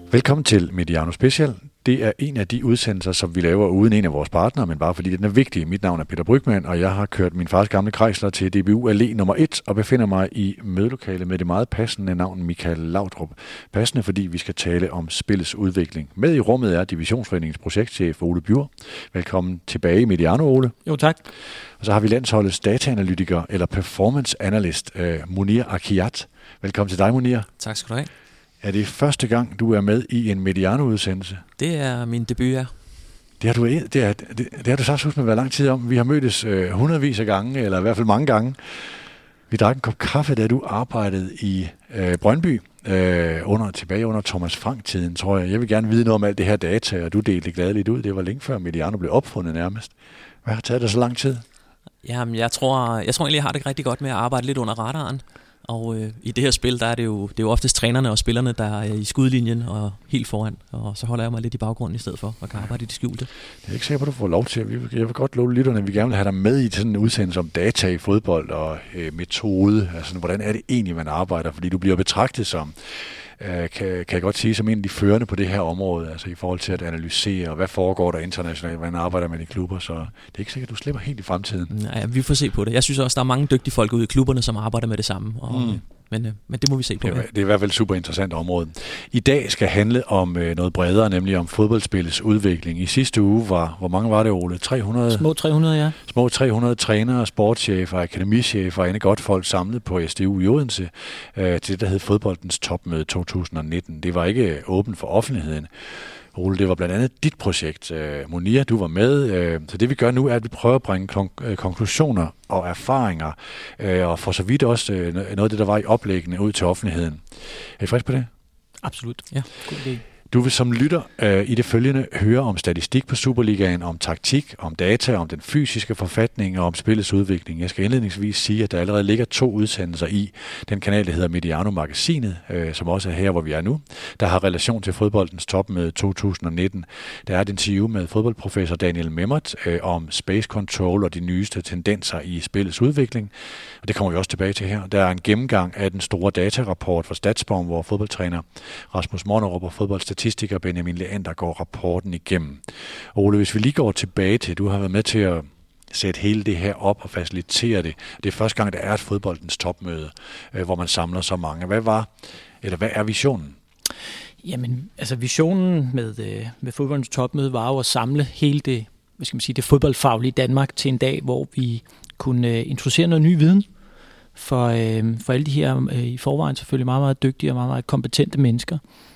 Velkommen til Mediano Special. Det er en af de udsendelser, som vi laver uden en af vores partnere, men bare fordi den er vigtig. Mit navn er Peter Brygmann, og jeg har kørt min fars gamle Chrysler til DBU Allé nummer 1 og befinder mig i mødelokalet med det meget passende navn Michael Laudrup. Passende, fordi vi skal tale om spillets udvikling. Med i rummet er Divisionsforeningens projektchef Ole Bjur. Velkommen tilbage i Mediano, Ole. Jo, tak. Og så har vi landsholdets dataanalytiker eller performance analyst Munir Akiyat. Velkommen til dig, Munir. Tak skal du have. Er det første gang, du er med i en Mediano-udsendelse? Det er min debut, ja. Det har du sagt med, hvor lang tid om. Vi har mødtes hundredvis af gange, eller i hvert fald mange gange. Vi drak en kop kaffe, da du arbejdede i Brøndby, tilbage under Thomas Frank-tiden, tror jeg. Jeg vil gerne vide noget om alt det her data, og du delte det gladeligt ud. Det var længe før Mediano blev opfundet nærmest. Hvad har taget dig så lang tid? Jamen, jeg tror egentlig, jeg har det rigtig godt med at arbejde lidt under radaren. Og i det her spil, der er det jo oftest trænerne og spillerne, der er i skudlinjen og helt foran. Og så holder jeg mig lidt i baggrunden i stedet for, og kan arbejde i det skjulte. Det er ikke sikkert, at du får lov til. Jeg vil godt love lytterne, at vi gerne vil have dig med i sådan en udsendelse om data i fodbold og metode. Altså, hvordan er det egentlig, man arbejder? Fordi du bliver betragtet som, kan jeg godt sige, som en af de førende på det her område. Altså i forhold til at analysere, hvad foregår der internationalt, hvordan arbejder man i klubber. Så det er ikke sikkert, at du slipper helt i fremtiden. Nej, vi får se på det. Jeg synes også, der er mange dygtige folk ude i klubberne, som arbejder med det samme. Men det må vi se på. Det er i hvert fald et super interessant område. I dag skal handle om noget bredere, nemlig om fodboldspillets udvikling. I sidste uge hvor mange var det, Ole? 300? Små 300, ja. Små 300 trænere, sportschefer, akademichefer og endnu godt folk samlet på SDU i Odense til det, der hed Fodboldens Topmøde 2019. Det var ikke åbent for offentligheden. Ole, det var blandt andet dit projekt. Munir, du var med. Så det vi gør nu er, at vi prøver at bringe konklusioner og erfaringer, og for så vidt også noget af det, der var i oplæggene ud til offentligheden. Er I frisk på det? Absolut. Ja, god idé. Du vil som lytter i det følgende høre om statistik på Superligaen, om taktik, om data, om den fysiske forfatning og om spillets udvikling. Jeg skal indledningsvis sige, at der allerede ligger 2 udsendelser i den kanal, der hedder Mediano Magasinet, som også er her, hvor vi er nu, der har relation til fodboldens topmøde 2019. Der er et interview med fodboldprofessor Daniel Memmert om space control og de nyeste tendenser i spillets udvikling. Og det kommer vi også tilbage til her. Der er en gennemgang af den store datarapport fra Statsborg, hvor fodboldtræner Rasmus Monnerup og fodboldstatistiker Benjamin Leander går rapporten igennem. Ole, hvis vi lige går tilbage til, du har været med til at sætte hele det her op og facilitere det. Det er første gang, der er et fodboldens topmøde, hvor man samler så mange. Hvad er visionen? Jamen, altså visionen med fodboldens topmøde var jo at samle hele det, det fodboldfaglige Danmark til en dag, hvor vi kunne introducere noget ny viden for alle de her i forvejen selvfølgelig meget, meget dygtige og meget, meget kompetente mennesker.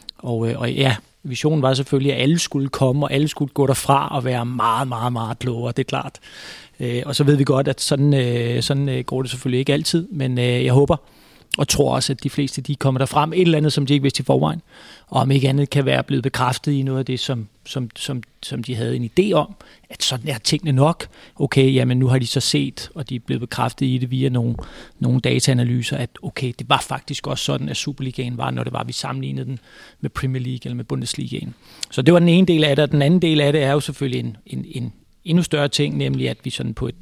Og ja, visionen var selvfølgelig, at alle skulle komme, og alle skulle gå derfra og være meget, meget, meget klogere, det er klart. Og så ved vi godt, at sådan går det selvfølgelig ikke altid, men jeg håber og tror også, at de fleste de kommer derfra med et eller andet, som de ikke vidste i forvejen, og om ikke andet kan være blevet bekræftet i noget af det, som de havde en idé om, at sådan er tingene nok. Okay, jamen nu har de så set, og de er blevet bekræftet i det via nogle dataanalyser, at okay, det var faktisk også sådan, at Superligaen var, når det var, vi sammenlignede den med Premier League eller med Bundesligaen. Så det var den ene del af det, og den anden del af det er jo selvfølgelig en endnu større ting, nemlig at vi sådan på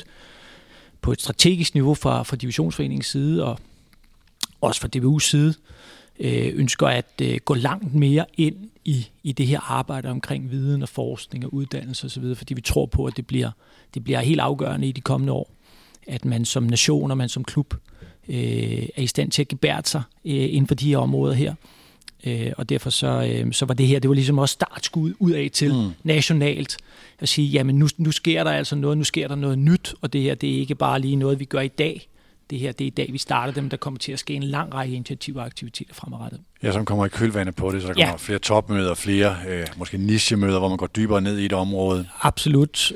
et strategisk niveau fra Divisionsforeningens side, og også fra DBU's side, ønsker at gå langt mere ind i det her arbejde omkring viden og forskning og uddannelse osv., fordi vi tror på, at det bliver helt afgørende i de kommende år, at man som nation og man som klub er i stand til at gebærde sig inden for de her områder her. Og derfor så var det her, det var ligesom også startskud ud af til nationalt at sige, jamen nu sker der altså noget, nu sker der noget nyt, og det her, det er ikke bare lige noget, vi gør i dag. Det her, det er i dag, vi starter dem, der kommer til at ske en lang række initiativer og aktiviteter fremadrettet. Ja, som kommer i kølvandet på det, så der kommer flere topmøder, flere måske nichemøder, hvor man går dybere ned i et område. Absolut,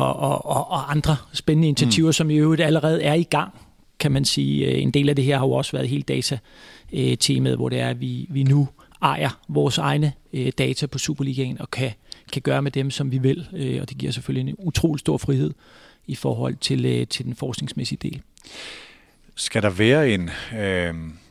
og andre spændende initiativer, som i øvrigt allerede er i gang, kan man sige. En del af det her har jo også været hele data-temaet, hvor det er, at vi nu ejer vores egne data på Superligaen og kan gøre med dem, som vi vil, og det giver selvfølgelig en utrolig stor frihed i forhold til den forskningsmæssige del. Skal der være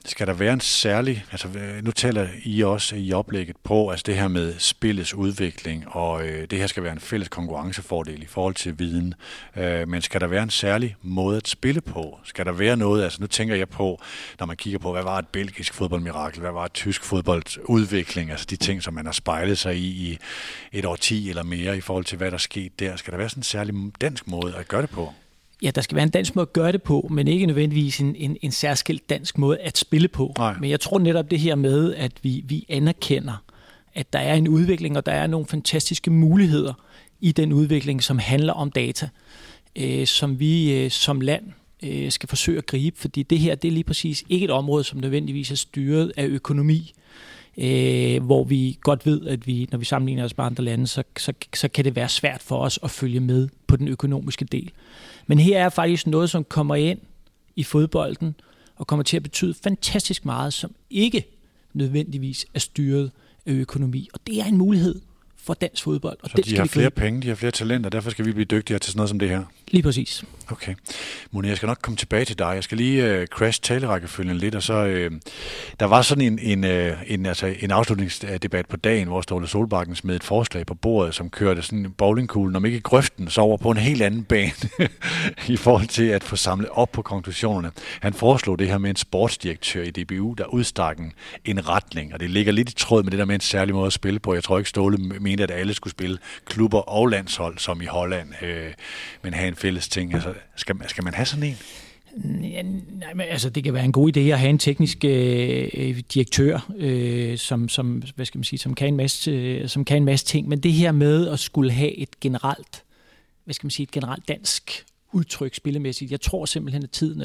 Skal der være en særlig, altså nu taler I også i oplægget på, altså det her med spillets udvikling, og det her skal være en fælles konkurrencefordel i forhold til viden, men skal der være en særlig måde at spille på? Skal der være noget, altså nu tænker jeg på, når man kigger på, hvad var et belgisk fodboldmirakel, hvad var et tysk fodboldudvikling, altså de ting, som man har spejlet sig i et årti eller mere i forhold til, hvad der skete der. Skal der være sådan en særlig dansk måde at gøre det på? Ja, der skal være en dansk måde at gøre det på, men ikke nødvendigvis en særskilt dansk måde at spille på. Nej. Men jeg tror netop det her med, at vi anerkender, at der er en udvikling, og der er nogle fantastiske muligheder i den udvikling, som handler om data, som vi som land skal forsøge at gribe, fordi det her, det er lige præcis ikke et område, som nødvendigvis er styret af økonomi, hvor vi godt ved, at når vi sammenligner os med andre lande, så kan det være svært for os at følge med på den økonomiske del. Men her er faktisk noget, som kommer ind i fodbolden og kommer til at betyde fantastisk meget, som ikke nødvendigvis er styret af økonomi. Og det er en mulighed for dansk fodbold. Og så de har flere penge, de har flere talenter, derfor skal vi blive dygtigere til sådan noget som det her? Lige præcis. Okay. Mona, jeg skal nok komme tilbage til dig. Jeg skal lige crash talerækkefølgen lidt, og så der var sådan en afslutningsdebat på dagen, hvor Ståle Solbakken smed et forslag på bordet, som kørte sådan en bowlingkugle, om ikke i grøften, så over på en helt anden bane i forhold til at få samlet op på konklusionerne. Han foreslog det her med en sportsdirektør i DBU, der udstak en retning, og det ligger lidt i tråd med det der med en særlig måde at spille på. Jeg tror ikke, Ståle mente, at alle skulle spille klubber og landshold, som i Holland, men have en fælles ting. Altså, skal man have sådan en? Ja, nej, men altså, det kan være en god idé at have en teknisk direktør, som hvad skal man sige, som kan en masse ting, men det her med at skulle have et generelt, hvad skal man sige, et generelt dansk udtryk spillemæssigt. Jeg tror simpelthen, at tiden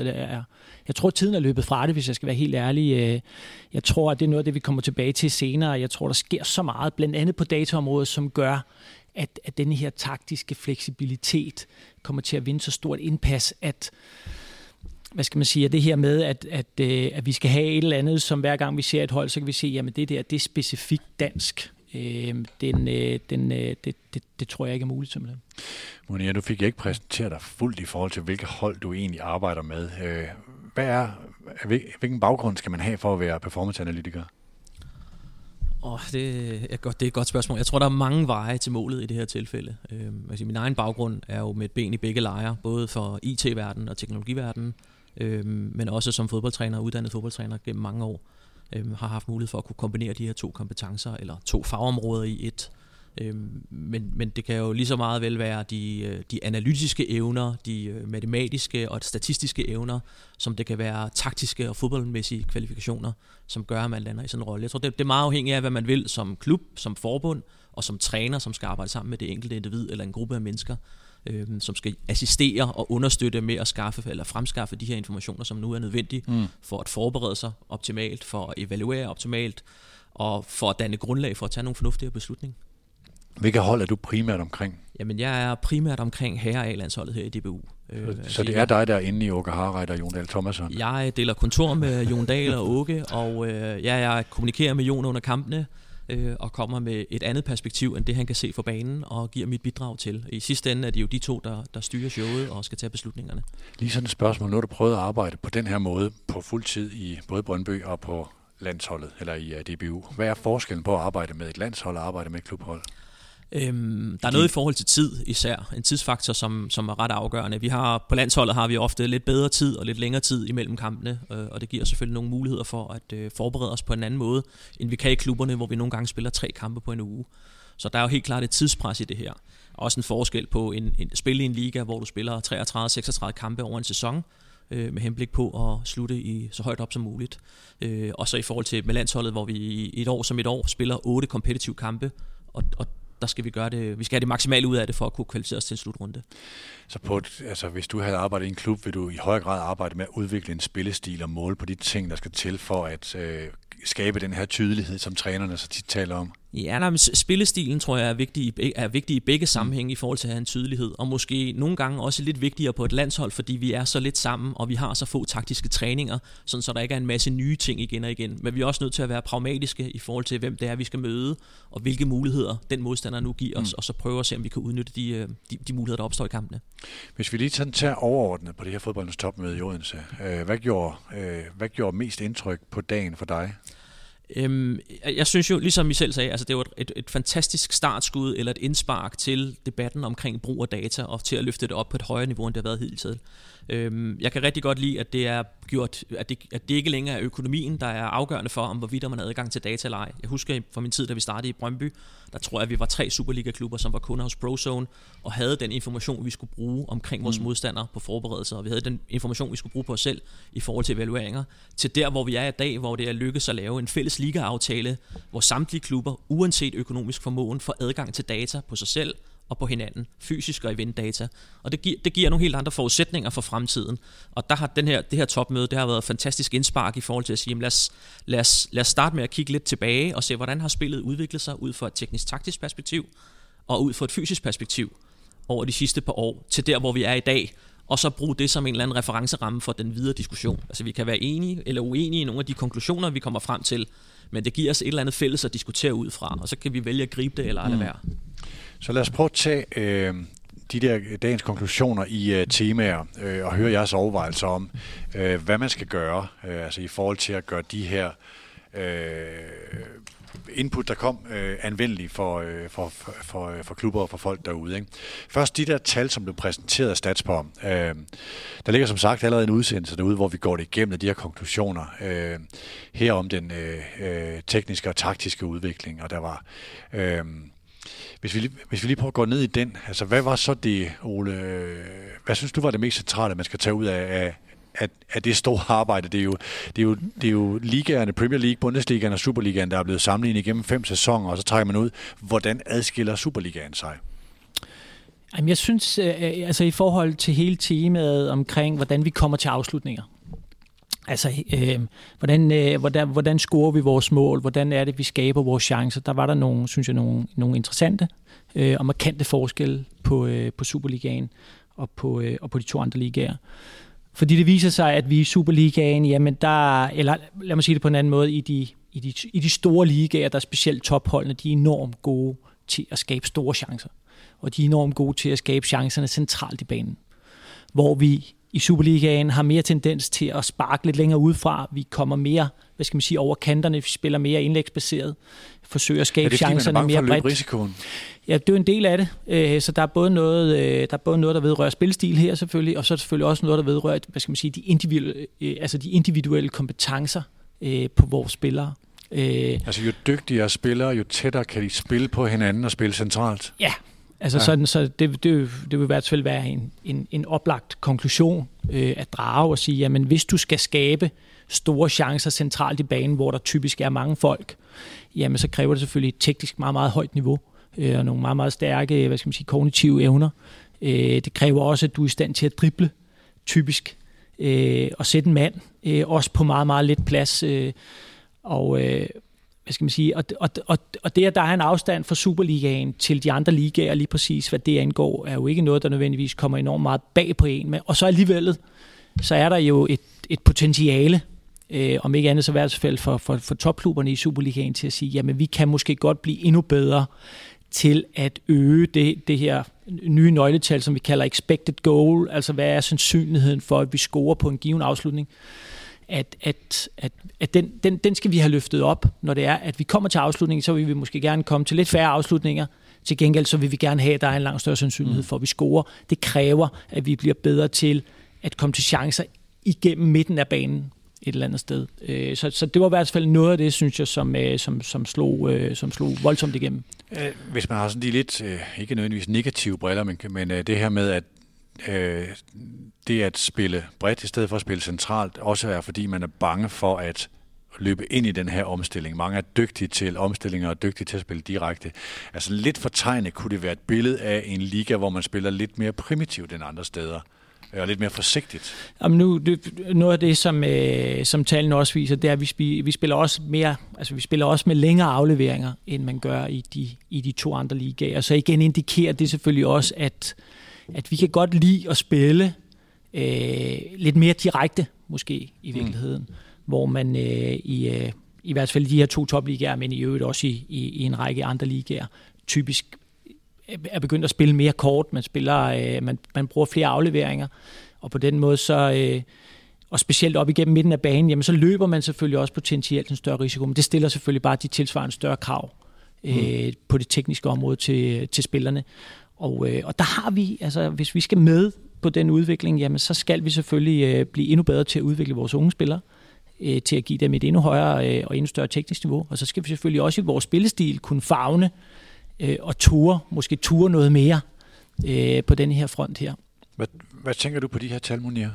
er løbet fra det, hvis jeg skal være helt ærlig. Jeg tror, at det er noget af det, vi kommer tilbage til senere. Jeg tror, der sker så meget, blandt andet på dataområdet, som gør, at denne her taktiske fleksibilitet kommer til at vinde så stort indpas, at hvad skal man sige, at det her med, at vi skal have et eller andet, som hver gang vi ser et hold, så kan vi se, jamen det er specifikt dansk. Det tror jeg ikke er muligt simpelthen. Monia, du fik ikke præsenteret dig fuldt i forhold til, hvilke hold du egentlig arbejder med. Hvilken baggrund skal man have for at være performance-analytiker? Det er et godt spørgsmål. Jeg tror, der er mange veje til målet i det her tilfælde. Min egen baggrund er jo med et ben i begge lejre, både for IT-verdenen og teknologiverdenen, men også som fodboldtræner, uddannet fodboldtræner gennem mange år, har haft mulighed for at kunne kombinere de her to kompetencer, eller to fagområder i et. Men det kan jo lige så meget vel være de analytiske evner, de matematiske og statistiske evner, som det kan være taktiske og fodboldmæssige kvalifikationer, som gør, at man lander i sådan en rolle. Jeg tror, det er meget afhængigt af, hvad man vil som klub, som forbund og som træner, som skal arbejde sammen med det enkelte individ eller en gruppe af mennesker, som skal assistere og understøtte med at skaffe eller fremskaffe de her informationer, som nu er nødvendige for at forberede sig optimalt, for at evaluere optimalt og for at danne grundlag for at tage nogle fornuftige beslutninger. Hvilke hold er du primært omkring? Jamen, jeg er primært omkring herre A-landsholdet her i DBU. Så det er dig, der er inde i Åke Harreide og Jon Dahl Thomasson? Jeg deler kontor med Jon Dahl og Åke, og jeg kommunikerer med Jon under kampene, og kommer med et andet perspektiv, end det han kan se for banen, og giver mit bidrag til. I sidste ende er det jo de to, der styrer showet og skal tage beslutningerne. Lige sådan et spørgsmål. Nu har du prøvet at arbejde på den her måde på fuld tid i både Brøndby og på landsholdet, eller i DBU. Hvad er forskellen på at arbejde med et landshold og arbejde med et klubhold? Der er noget i forhold til tid især, en tidsfaktor, som er ret afgørende. På landsholdet har vi ofte lidt bedre tid og lidt længere tid imellem kampene, og det giver selvfølgelig nogle muligheder for at forberede os på en anden måde, end vi kan i klubberne, hvor vi nogle gange spiller 3 kampe på en uge. Så der er jo helt klart et tidspres i det her. Også en forskel på en spil i en liga, hvor du spiller 33-36 kampe over en sæson, med henblik på at slutte i så højt op som muligt. Og så i forhold til med landsholdet, hvor vi et år spiller 8 competitive kampe, og der skal vi gøre det. Vi skal have det maksimale ud af det for at kunne kvalificere os til en slutrunde. Så hvis du havde arbejdet i en klub, vil du i høj grad arbejde med at udvikle en spillestil og måle på de ting, der skal til for at skabe den her tydelighed, som trænerne så tit taler om? Ja, men spillestilen tror jeg er vigtig i begge sammenhænge i forhold til at have en tydelighed, og måske nogle gange også lidt vigtigere på et landshold, fordi vi er så lidt sammen, og vi har så få taktiske træninger, sådan så der ikke er en masse nye ting igen og igen. Men vi er også nødt til at være pragmatiske i forhold til, hvem det er, vi skal møde, og hvilke muligheder den modstander nu giver os, og så prøve at se, om vi kan udnytte de muligheder, der opstår i kampene. Hvis vi lige tager overordnet på det her fodboldens topmøde i Odense, hvad gjorde mest indtryk på dagen for dig? Jeg synes jo, ligesom I selv sagde, altså det var et fantastisk startskud eller et indspark til debatten omkring brug af data og til at løfte det op på et højere niveau, end det har været hidtil. Jeg kan rigtig godt lide, at det er gjort, at det ikke længere er økonomien, der er afgørende for, om hvorvidt man har adgang til data eller ej. Jeg husker fra min tid, da vi startede i Brøndby, der tror jeg, at vi var 3 Superliga-klubber, som var kunder hos Brozone, og havde den information, vi skulle bruge omkring vores modstandere på forberedelser, og vi havde den information, vi skulle bruge på os selv i forhold til evalueringer, til der, hvor vi er i dag, hvor det er lykkedes at lave en fælles liga-aftale, hvor samtlige klubber, uanset økonomisk formåen, får adgang til data på sig selv og på hinanden, fysisk og eventdata. Og det giver nogle helt andre forudsætninger for fremtiden. Og der har det her topmøde, det har været fantastisk indspark i forhold til at sige, lad os starte med at kigge lidt tilbage og se, hvordan har spillet udviklet sig ud fra et teknisk-taktisk perspektiv og ud fra et fysisk perspektiv over de sidste par år til der, hvor vi er i dag, og så bruge det som en eller anden referenceramme for den videre diskussion. Altså vi kan være enige eller uenige i nogle af de konklusioner, vi kommer frem til, men det giver os et eller andet fælles at diskutere ud fra, og så kan vi vælge at gribe det eller lade være. Så lad os prøve at tage de der dagens konklusioner i temaer og høre jeres overvejelser om, hvad man skal gøre, altså i forhold til at gøre de her input, der kom, anvendelige for klubber og for folk derude. Ikke? Først de der tal, som blev præsenteret af Statspom. Der ligger som sagt allerede en udsendelse derude, hvor vi går det igennem de her konklusioner her om den tekniske og taktiske udvikling, og der var... Hvis vi lige prøver at gå ned i den, altså hvad var så det, Ole, hvad synes du var det mest centrale, man skal tage ud af det store arbejde? Det er jo ligaerne, Premier League, Bundesligaen og Superligaen, der er blevet sammenlignet igennem 5 sæsoner, og så trækker man ud, hvordan adskiller Superligaen sig? Jamen, jeg synes, altså i forhold til hele temaet omkring, hvordan vi kommer til afslutninger, altså, hvordan scorer vi vores mål? Hvordan er det, vi skaber vores chancer? Der var der nogle interessante og markante forskelle på Superligaen og på de 2 andre ligaer. Fordi det viser sig, at vi i Superligaen, jamen eller lad mig sige det på en anden måde, i de store ligaer, der er specielt topholdene, de er enormt gode til at skabe store chancer. Og de er enormt gode til at skabe chancerne centralt i banen. Hvor vi i Superligaen har mere tendens til at sparke lidt længere udefra. Vi kommer mere, over kanterne. Vi spiller mere indlægsbaseret. Forsøger at skabe chancerne mere bredt. Risikoen? Ja, det er jo en del af det. Så der er både noget, der vedrører spilstil her selvfølgelig, og så er der selvfølgelig også noget, der vedrører, de individuelle kompetencer på vores spillere. Altså jo dygtigere spillere, jo tættere kan de spille på hinanden og spille centralt. Ja. Altså sådan, så det vil i hvert fald være en oplagt konklusion at drage og sige, jamen hvis du skal skabe store chancer centralt i banen, hvor der typisk er mange folk, jamen så kræver det selvfølgelig et teknisk meget, meget højt niveau og nogle meget, meget stærke, kognitive evner. Det kræver også, at du er i stand til at drible typisk og sætte en mand, også på meget, meget lidt plads og det, at der er en afstand fra Superligaen til de andre ligaer, lige præcis hvad det angår, er jo ikke noget, der nødvendigvis kommer enormt meget bag på en. Og så alligevel, så er der jo et potentiale, om ikke andet så i hvert fald for topklubberne i Superligaen til at sige, jamen vi kan måske godt blive endnu bedre til at øge det her nye nøgletal, som vi kalder expected goal, altså hvad er sandsynligheden for, at vi scorer på en given afslutning. At den skal vi have løftet op, når det er, at vi kommer til afslutningen, så vil vi måske gerne komme til lidt færre afslutninger. Til gengæld så vil vi gerne have, at der er en langt større sandsynlighed for, at vi scorer. Det kræver, at vi bliver bedre til at komme til chancer igennem midten af banen et eller andet sted. Så det var i hvert fald noget af det, synes jeg, som slog voldsomt igennem. Hvis man har sådan de lidt, ikke nødvendigvis negative briller, men det her med, at det at spille bredt i stedet for at spille centralt også er, fordi man er bange for at løbe ind i den her omstilling. Mange er dygtige til omstillinger og dygtige til at spille direkte. Altså lidt fortegnet kunne det være et billede af en liga, hvor man spiller lidt mere primitivt end andre steder. og lidt mere forsigtigt? Jamen noget af det, som tallene også viser, det er, at vi spiller også mere, altså vi spiller også med længere afleveringer, end man gør i de 2 andre ligaer. Så igen indikerer det selvfølgelig også, at vi kan godt lide at spille lidt mere direkte, måske i virkeligheden, hvor man i hvert fald i de her 2 topligaer, men i øvrigt også i en række andre ligaer, typisk er begyndt at spille mere kort. Man bruger flere afleveringer, og på den måde så, og specielt op igennem midten af banen, jamen så løber man selvfølgelig også potentielt en større risiko, men det stiller selvfølgelig bare de tilsvarende større krav på det tekniske område til spillerne. Og der har vi, altså hvis vi skal med på den udvikling, jamen så skal vi selvfølgelig blive endnu bedre til at udvikle vores unge spillere, til at give dem et endnu højere og endnu større teknisk niveau. Og så skal vi selvfølgelig også i vores spillestil kunne favne og måske ture noget mere på den her front her. Hvad tænker du på de her tal, Munir?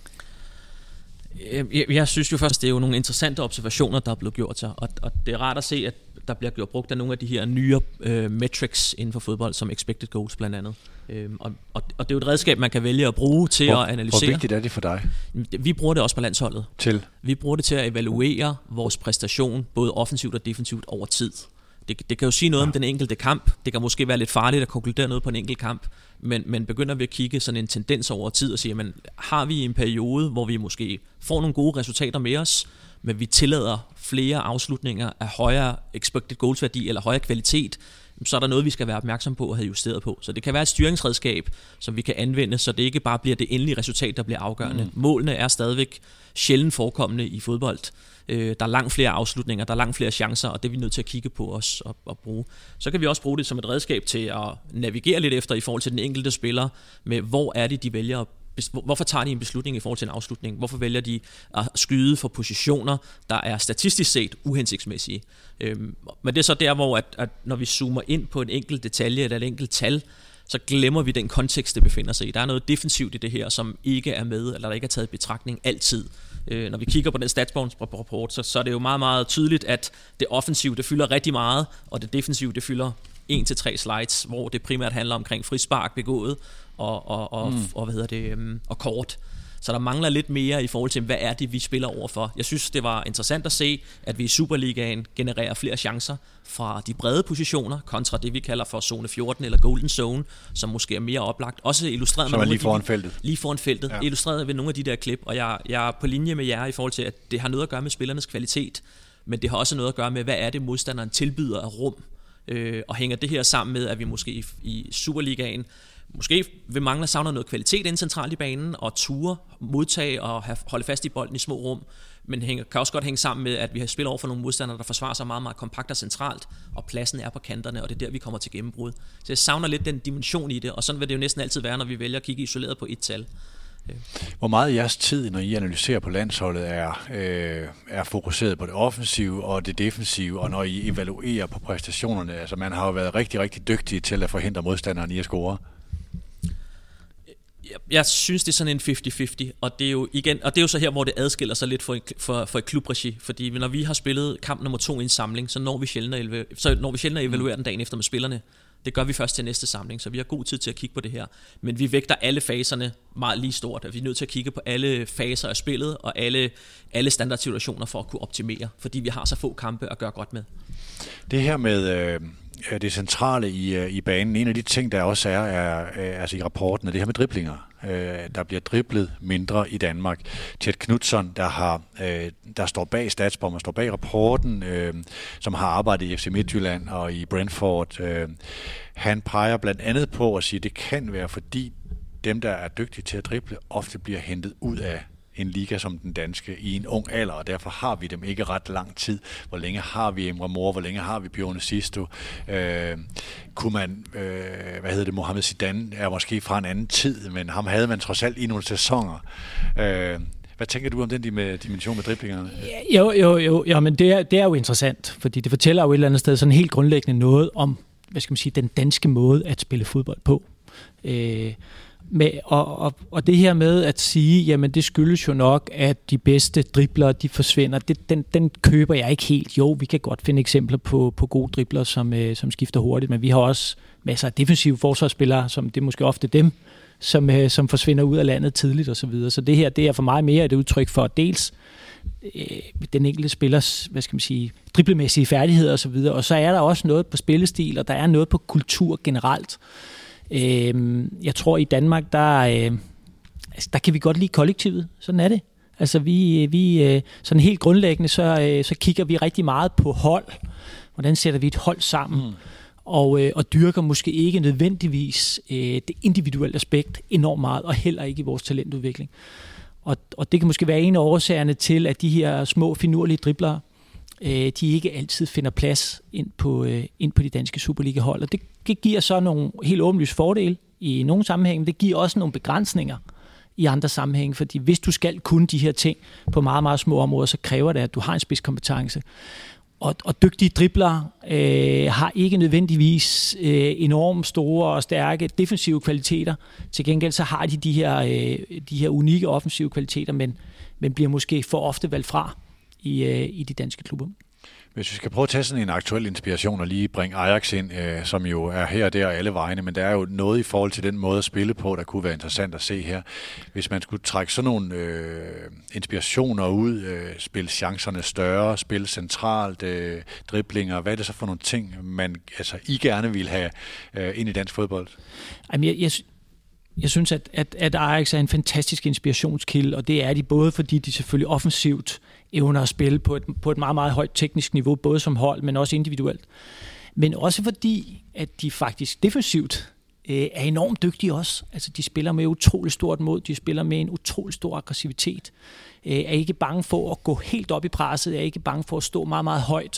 Jeg synes jo først, det er jo nogle interessante observationer, der er blevet gjort sig, og det er rart at se, at der bliver brugt af nogle af de her nye metrics inden for fodbold, som expected goals blandt andet. Og det er jo et redskab, man kan vælge at bruge til at analysere. Hvor vigtigt er det for dig? Vi bruger det også på landsholdet. Vi bruger det til at evaluere vores præstation, både offensivt og defensivt over tid. Det kan jo sige noget om den enkelte kamp. Det kan måske være lidt farligt at konkludere noget på en enkelt kamp, men begynder vi at kigge sådan en tendens over tid og sige, jamen, har vi en periode, hvor vi måske får nogle gode resultater med os, men vi tillader flere afslutninger af højere expected goals værdi eller højere kvalitet, så er der noget, vi skal være opmærksom på og have justeret på. Så det kan være et styringsredskab, som vi kan anvende, så det ikke bare bliver det endelige resultat, der bliver afgørende. Målene er stadigvæk sjældent forekommende i fodbold. Der er langt flere afslutninger, der er langt flere chancer, og det er vi nødt til at kigge på os og bruge. Så kan vi også bruge det som et redskab til at navigere lidt efter i forhold til den enkelte spiller, med hvor er det, de vælger. Hvorfor tager de en beslutning i forhold til en afslutning? Hvorfor vælger de at skyde for positioner, der er statistisk set uhensigtsmæssige? Men det er så der, hvor at når vi zoomer ind på en enkelt detalje eller et enkelt tal, så glemmer vi den kontekst, det befinder sig i. Der er noget defensivt i det her, som ikke er med, eller der ikke er taget i betragtning altid. Når vi kigger på den statsbogens-rapport, så er det jo meget, meget tydeligt, at det offensive, det fylder rigtig meget, og det defensive, det fylder 1-3 slides, hvor det primært handler omkring frispark begået og kort. Så der mangler lidt mere i forhold til, hvad er det, vi spiller overfor. Jeg synes, det var interessant at se, at vi i Superligaen genererer flere chancer fra de brede positioner, kontra det, vi kalder for zone 14 eller golden zone, som måske er mere oplagt. Også illustreret med lige foran feltet. Lige foran feltet. Ja. Illustreret ved nogle af de der klip, og jeg er på linje med jer i forhold til, at det har noget at gøre med spillernes kvalitet, men det har også noget at gøre med, hvad er det, modstanderen tilbyder af rum. Og hænger det her sammen med, at vi måske i Superligaen måske vil mangle savner noget kvalitet ind centralt i banen, og ture, modtage og holde fast i bolden i små rum, men kan også godt hænge sammen med, at vi har spillet over for nogle modstandere, der forsvarer sig meget, meget kompakt og centralt, og pladsen er på kanterne, og det er der, vi kommer til gennembrud. Så jeg savner lidt den dimension i det, og sådan vil det jo næsten altid være, når vi vælger at kigge isoleret på et tal. Hvor meget af jeres tid, når I analyserer på landsholdet, er fokuseret på det offensive og det defensive, og når I evaluerer på præstationerne? Altså man har jo været rigtig, rigtig dygtige til at forhindre modstanderen i at score. Jeg synes, det er sådan en 50-50, og det er jo igen, og det er jo så her, hvor det adskiller sig lidt for et klubregi, fordi når vi har spillet kamp nummer 2 i en samling, så når vi sjældent at evaluere den dagen efter med spillerne. Det gør vi først til næste samling, så vi har god tid til at kigge på det her. Men vi vægter alle faserne meget lige stort. Vi er nødt til at kigge på alle faser af spillet og alle standardsituationer for at kunne optimere, fordi vi har så få kampe at gøre godt med. Det her med det centrale i banen, en af de ting, der også er altså i rapporten, er det her med driblinger. Der bliver driblet mindre i Danmark. Chet Knudsen, der står bag Statsbom og står bag rapporten, som har arbejdet i FC Midtjylland og i Brentford, han peger blandt andet på at sige, at det kan være, fordi dem, der er dygtige til at drible, ofte bliver hentet ud af en liga som den danske i en ung alder, og derfor har vi dem ikke ret lang tid. Hvor længe har vi Emre Mor? Hvor længe har vi Bjørn Sisto? Kunne man, Mohamed Zidane er måske fra en anden tid, men ham havde man trods alt i nogle sæsoner. Hvad tænker du om den dimension med driblingerne? Jo, men det er jo interessant, fordi det fortæller jo et eller andet sted sådan helt grundlæggende noget om, den danske måde at spille fodbold på. Og det her med at sige, jamen det skyldes jo nok, at de bedste driblere, de forsvinder, den køber jeg ikke helt. Jo, vi kan godt finde eksempler på gode driblere, som skifter hurtigt, men vi har også masser af defensive forsvarsspillere, som det er måske ofte dem, som forsvinder ud af landet tidligt og så videre. Så det her, det er for mig mere et udtryk for dels den enkelte spillers, driblemæssige færdigheder og så videre, og så er der også noget på spillestil, og der er noget på kultur generelt. Jeg tror i Danmark, der kan vi godt lide kollektivet, sådan er det. Altså vi sådan helt grundlæggende, så kigger vi rigtig meget på hold. Hvordan sætter vi et hold sammen? Og dyrker måske ikke nødvendigvis det individuelle aspekt enormt meget, og heller ikke i vores talentudvikling. Og det kan måske være en af årsagerne til, at de her små, finurlige driblere, de ikke altid finder plads ind på de danske Superliga-hold. Og det giver så nogle helt åbenlyse fordele i nogle sammenhænge, men det giver også nogle begrænsninger i andre sammenhænge, fordi hvis du skal kunne de her ting på meget, meget små områder, så kræver det, at du har en spidskompetence. Og dygtige driblere har ikke nødvendigvis enormt store og stærke defensive kvaliteter. Til gengæld så har de her unikke offensive kvaliteter, men bliver måske for ofte valgt fra i de danske klubber. Hvis vi skal prøve at tage sådan en aktuel inspiration og lige bringe Ajax ind, som jo er her og der og alle vegne, men der er jo noget i forhold til den måde at spille på, der kunne være interessant at se her. Hvis man skulle trække sådan nogle inspirationer ud, spille chancerne større, spille centralt, driblinger, hvad er det så for nogle ting, I gerne vil have ind i dansk fodbold? Jamen, jeg synes, at Ajax er en fantastisk inspirationskilde, og det er de både, fordi de selvfølgelig offensivt evner at spille på et meget, meget højt teknisk niveau, både som hold, men også individuelt. Men også fordi, at de faktisk defensivt er enormt dygtige også. Altså, de spiller med utrolig stort mod, de spiller med en utrolig stor aggressivitet, er ikke bange for at gå helt op i presset, er ikke bange for at stå meget, meget højt.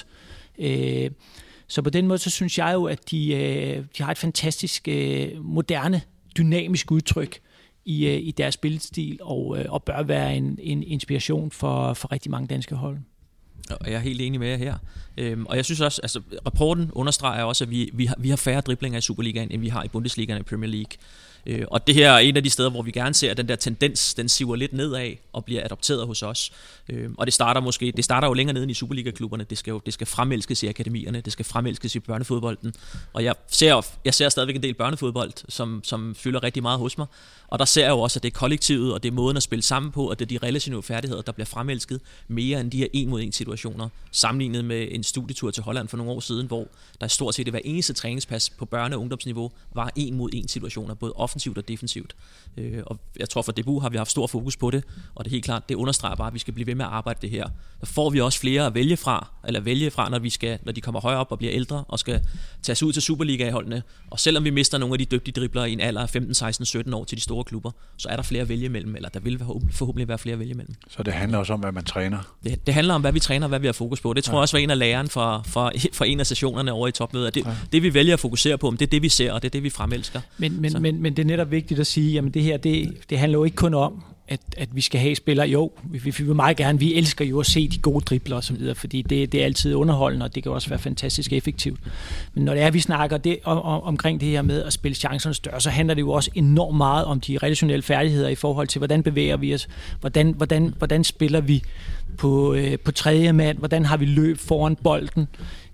Så på den måde, så synes jeg jo, at de har et fantastisk moderne, dynamisk udtryk i deres spillestil, og bør være en inspiration for rigtig mange danske hold. Og jeg er helt enig med jer her. Og jeg synes også, altså rapporten understreger også, at vi har færre driblinger i Superligaen, end vi har i Bundesligaen og i Premier League. Og det her er en af de steder, hvor vi gerne ser, at den der tendens, den siver lidt nedad og bliver adopteret hos os. Og det starter jo længere nede i Superliga-klubberne. Det skal fremelskes i akademierne, det skal fremelskes i børnefodbolden. Og jeg ser stadigvæk en del børnefodbold, som fylder rigtig meget hos mig. Og der ser jeg jo også, at det er kollektivet, og det er måden at spille sammen på, og det er de relative færdigheder, der bliver fremelsket mere end de her 1-mod-1 situationer, sammenlignet med en studietur til Holland for nogle år siden, hvor der stort set hver eneste træningspas på børne- og ungdomsniveau var 1-mod-1 situationer, både offensivt og defensivt. Og jeg tror for DBU har vi haft stor fokus på det, og det er helt klart, det understreger bare, at vi skal blive ved med at arbejde det her. Så får vi også flere at vælge fra, når de kommer højere op og bliver ældre og skal tages ud til Superliga-holdene. Og selvom vi mister nogle af de dygtige driblere i en alder af 15, 16, 17 år til de store klubber, så er der flere at vælge mellem, eller der vil forhåbentlig være flere at vælge mellem. Så det handler også om, hvad man træner? Det handler om, hvad vi træner og hvad vi har fokus på. Det tror jeg også var en af læreren for en af sessionerne over i topmødet. Det vi vælger at fokusere på, det er det vi ser, og det er det vi fremelsker. Men det er netop vigtigt at sige, jamen det her, det handler jo ikke kun om, at vi skal have spillere. Jo, vi vil meget gerne, vi elsker jo at se de gode dribler og så videre, fordi det er altid underholdende, og det kan også være fantastisk effektivt. Men når det er, vi snakker omkring det her med at spille chancerne større, så handler det jo også enormt meget om de relationelle færdigheder i forhold til, hvordan bevæger vi os, hvordan spiller vi på tredje mand, hvordan har vi løb foran bolden,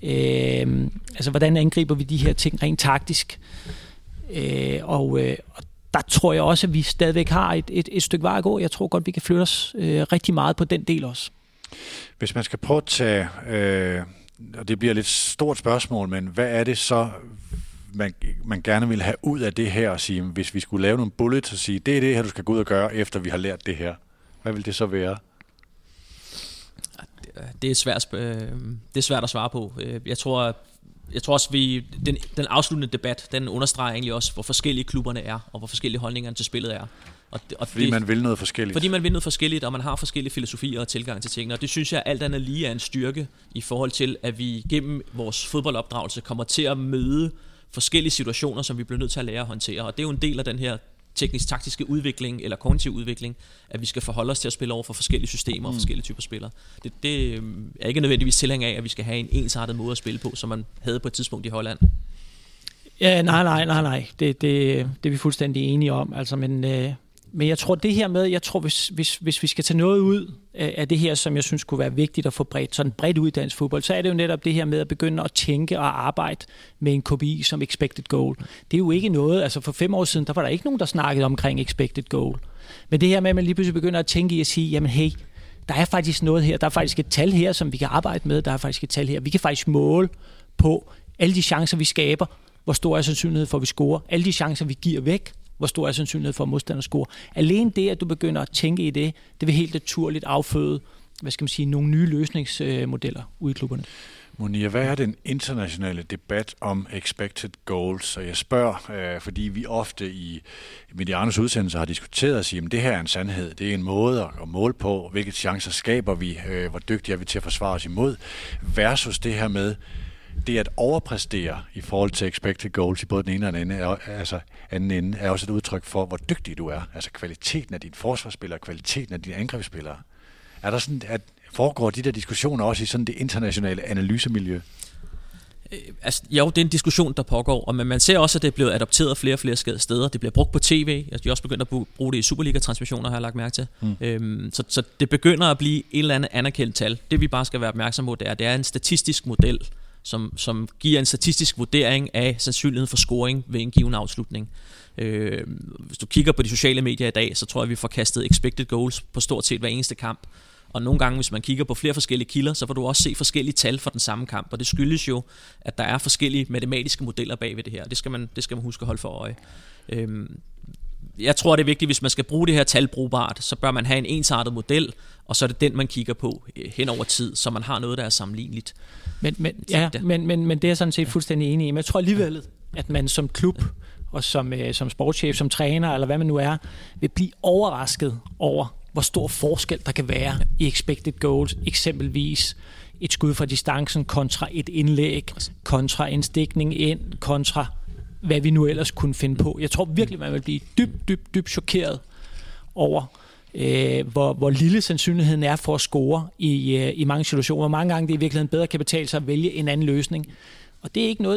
altså hvordan angriber vi de her ting rent taktisk, og der tror jeg også, at vi stadigvæk har et stykke vej at gå. Jeg tror godt, vi kan flytte os rigtig meget på den del også. Hvis man skal prøve at tage, og det bliver et lidt stort spørgsmål, men hvad er det så, man gerne vil have ud af det her, og sige, hvis vi skulle lave nogle bullets og sige, det er det her, du skal gå ud og gøre, efter vi har lært det her. Hvad vil det så være? Det er svært at svare på. Jeg tror også, den afsluttende debat, den understreger egentlig også, hvor forskellige klubberne er, og hvor forskellige holdningerne til spillet er. Fordi man vil noget forskelligt. Fordi man vil noget forskelligt, og man har forskellige filosofier og tilgang til tingene. Og det synes jeg alt andet lige er en styrke i forhold til, at vi gennem vores fodboldopdragelse kommer til at møde forskellige situationer, som vi bliver nødt til at lære at håndtere. Og det er jo en del af den her teknisk-taktiske udvikling eller kognitiv udvikling, at vi skal forholde os til at spille over for forskellige systemer og forskellige typer spillere. Det er ikke nødvendigvis tilhænger af, at vi skal have en ensartet måde at spille på, som man havde på et tidspunkt i Holland. Ja, nej. Det er vi fuldstændig enige om. Altså, men Men jeg tror det her med, hvis vi skal tage noget ud af det her, som jeg synes kunne være vigtigt at få bredt ud i dansk fodbold, så er det jo netop det her med at begynde at tænke og arbejde med en KPI som expected goal. Det er jo ikke noget, altså for 5 år siden, der var der ikke nogen, der snakkede omkring expected goal. Men det her med, at man lige pludselig begynder at tænke i at sige, jamen hey, der er faktisk noget her, der er faktisk et tal her, som vi kan arbejde med, der er faktisk et tal her. Vi kan faktisk måle på alle de chancer, vi skaber, hvor stor er sandsynlighed for, at vi scorer. Alle de chancer, vi giver væk, hvor stor er sandsynlighed for, at modstander scorer. Alene det, at du begynder at tænke i det vil helt naturligt afføde, nogle nye løsningsmodeller ude i klubberne. Monia, hvad er den internationale debat om expected goals? Så jeg spørger, fordi vi ofte i Medianos udsendelser har diskuteret og sige, at det her er en sandhed. Det er en måde at måle på, hvilke chancer skaber vi, hvor dygtige er vi til at forsvare os imod, versus det her med det at overpræstere i forhold til expected goals i både den ene og den anden ende, er også et udtryk for, hvor dygtig du er. Altså kvaliteten af dine forsvarsspillere, kvaliteten af dine angrebsspillere. Er der sådan, at foregår de der diskussioner også i sådan det internationale analysemiljø? Jo, det er en diskussion, der pågår, og man ser også, at det er blevet adopteret flere og flere steder. Det bliver brugt på tv. De er også begyndt at bruge det i Superliga-transmissioner, har jeg lagt mærke til. Så det begynder at blive et eller andet anerkendt tal. Det vi bare skal være opmærksom på, det er en statistisk model, som giver en statistisk vurdering af sandsynligheden for scoring ved en given afslutning. Hvis du kigger på de sociale medier i dag, så tror jeg, vi får kastet expected goals på stort set hver eneste kamp. Og nogle gange, hvis man kigger på flere forskellige kilder, så får du også se forskellige tal for den samme kamp. Og det skyldes jo, at der er forskellige matematiske modeller bag ved det her. Det skal man huske at holde for øje. Jeg tror, det er vigtigt, hvis man skal bruge det her tal brugbart, så bør man have en ensartet model, og så er det den, man kigger på hen over tid, så man har noget, der er sammenligneligt. Men det er jeg sådan set fuldstændig enig i. Men jeg tror alligevel, at man som klub og som sportschef, som træner, eller hvad man nu er, vil blive overrasket over, hvor stor forskel der kan være i expected goals. Eksempelvis et skud fra distancen kontra et indlæg, kontra en stikning ind, kontra hvad vi nu ellers kunne finde på. Jeg tror virkelig, man vil blive dybt chokeret over, hvor lille sandsynligheden er for at score i mange situationer. Mange gange det i virkeligheden bedre kan betale sig at vælge en anden løsning. Og det er ikke noget,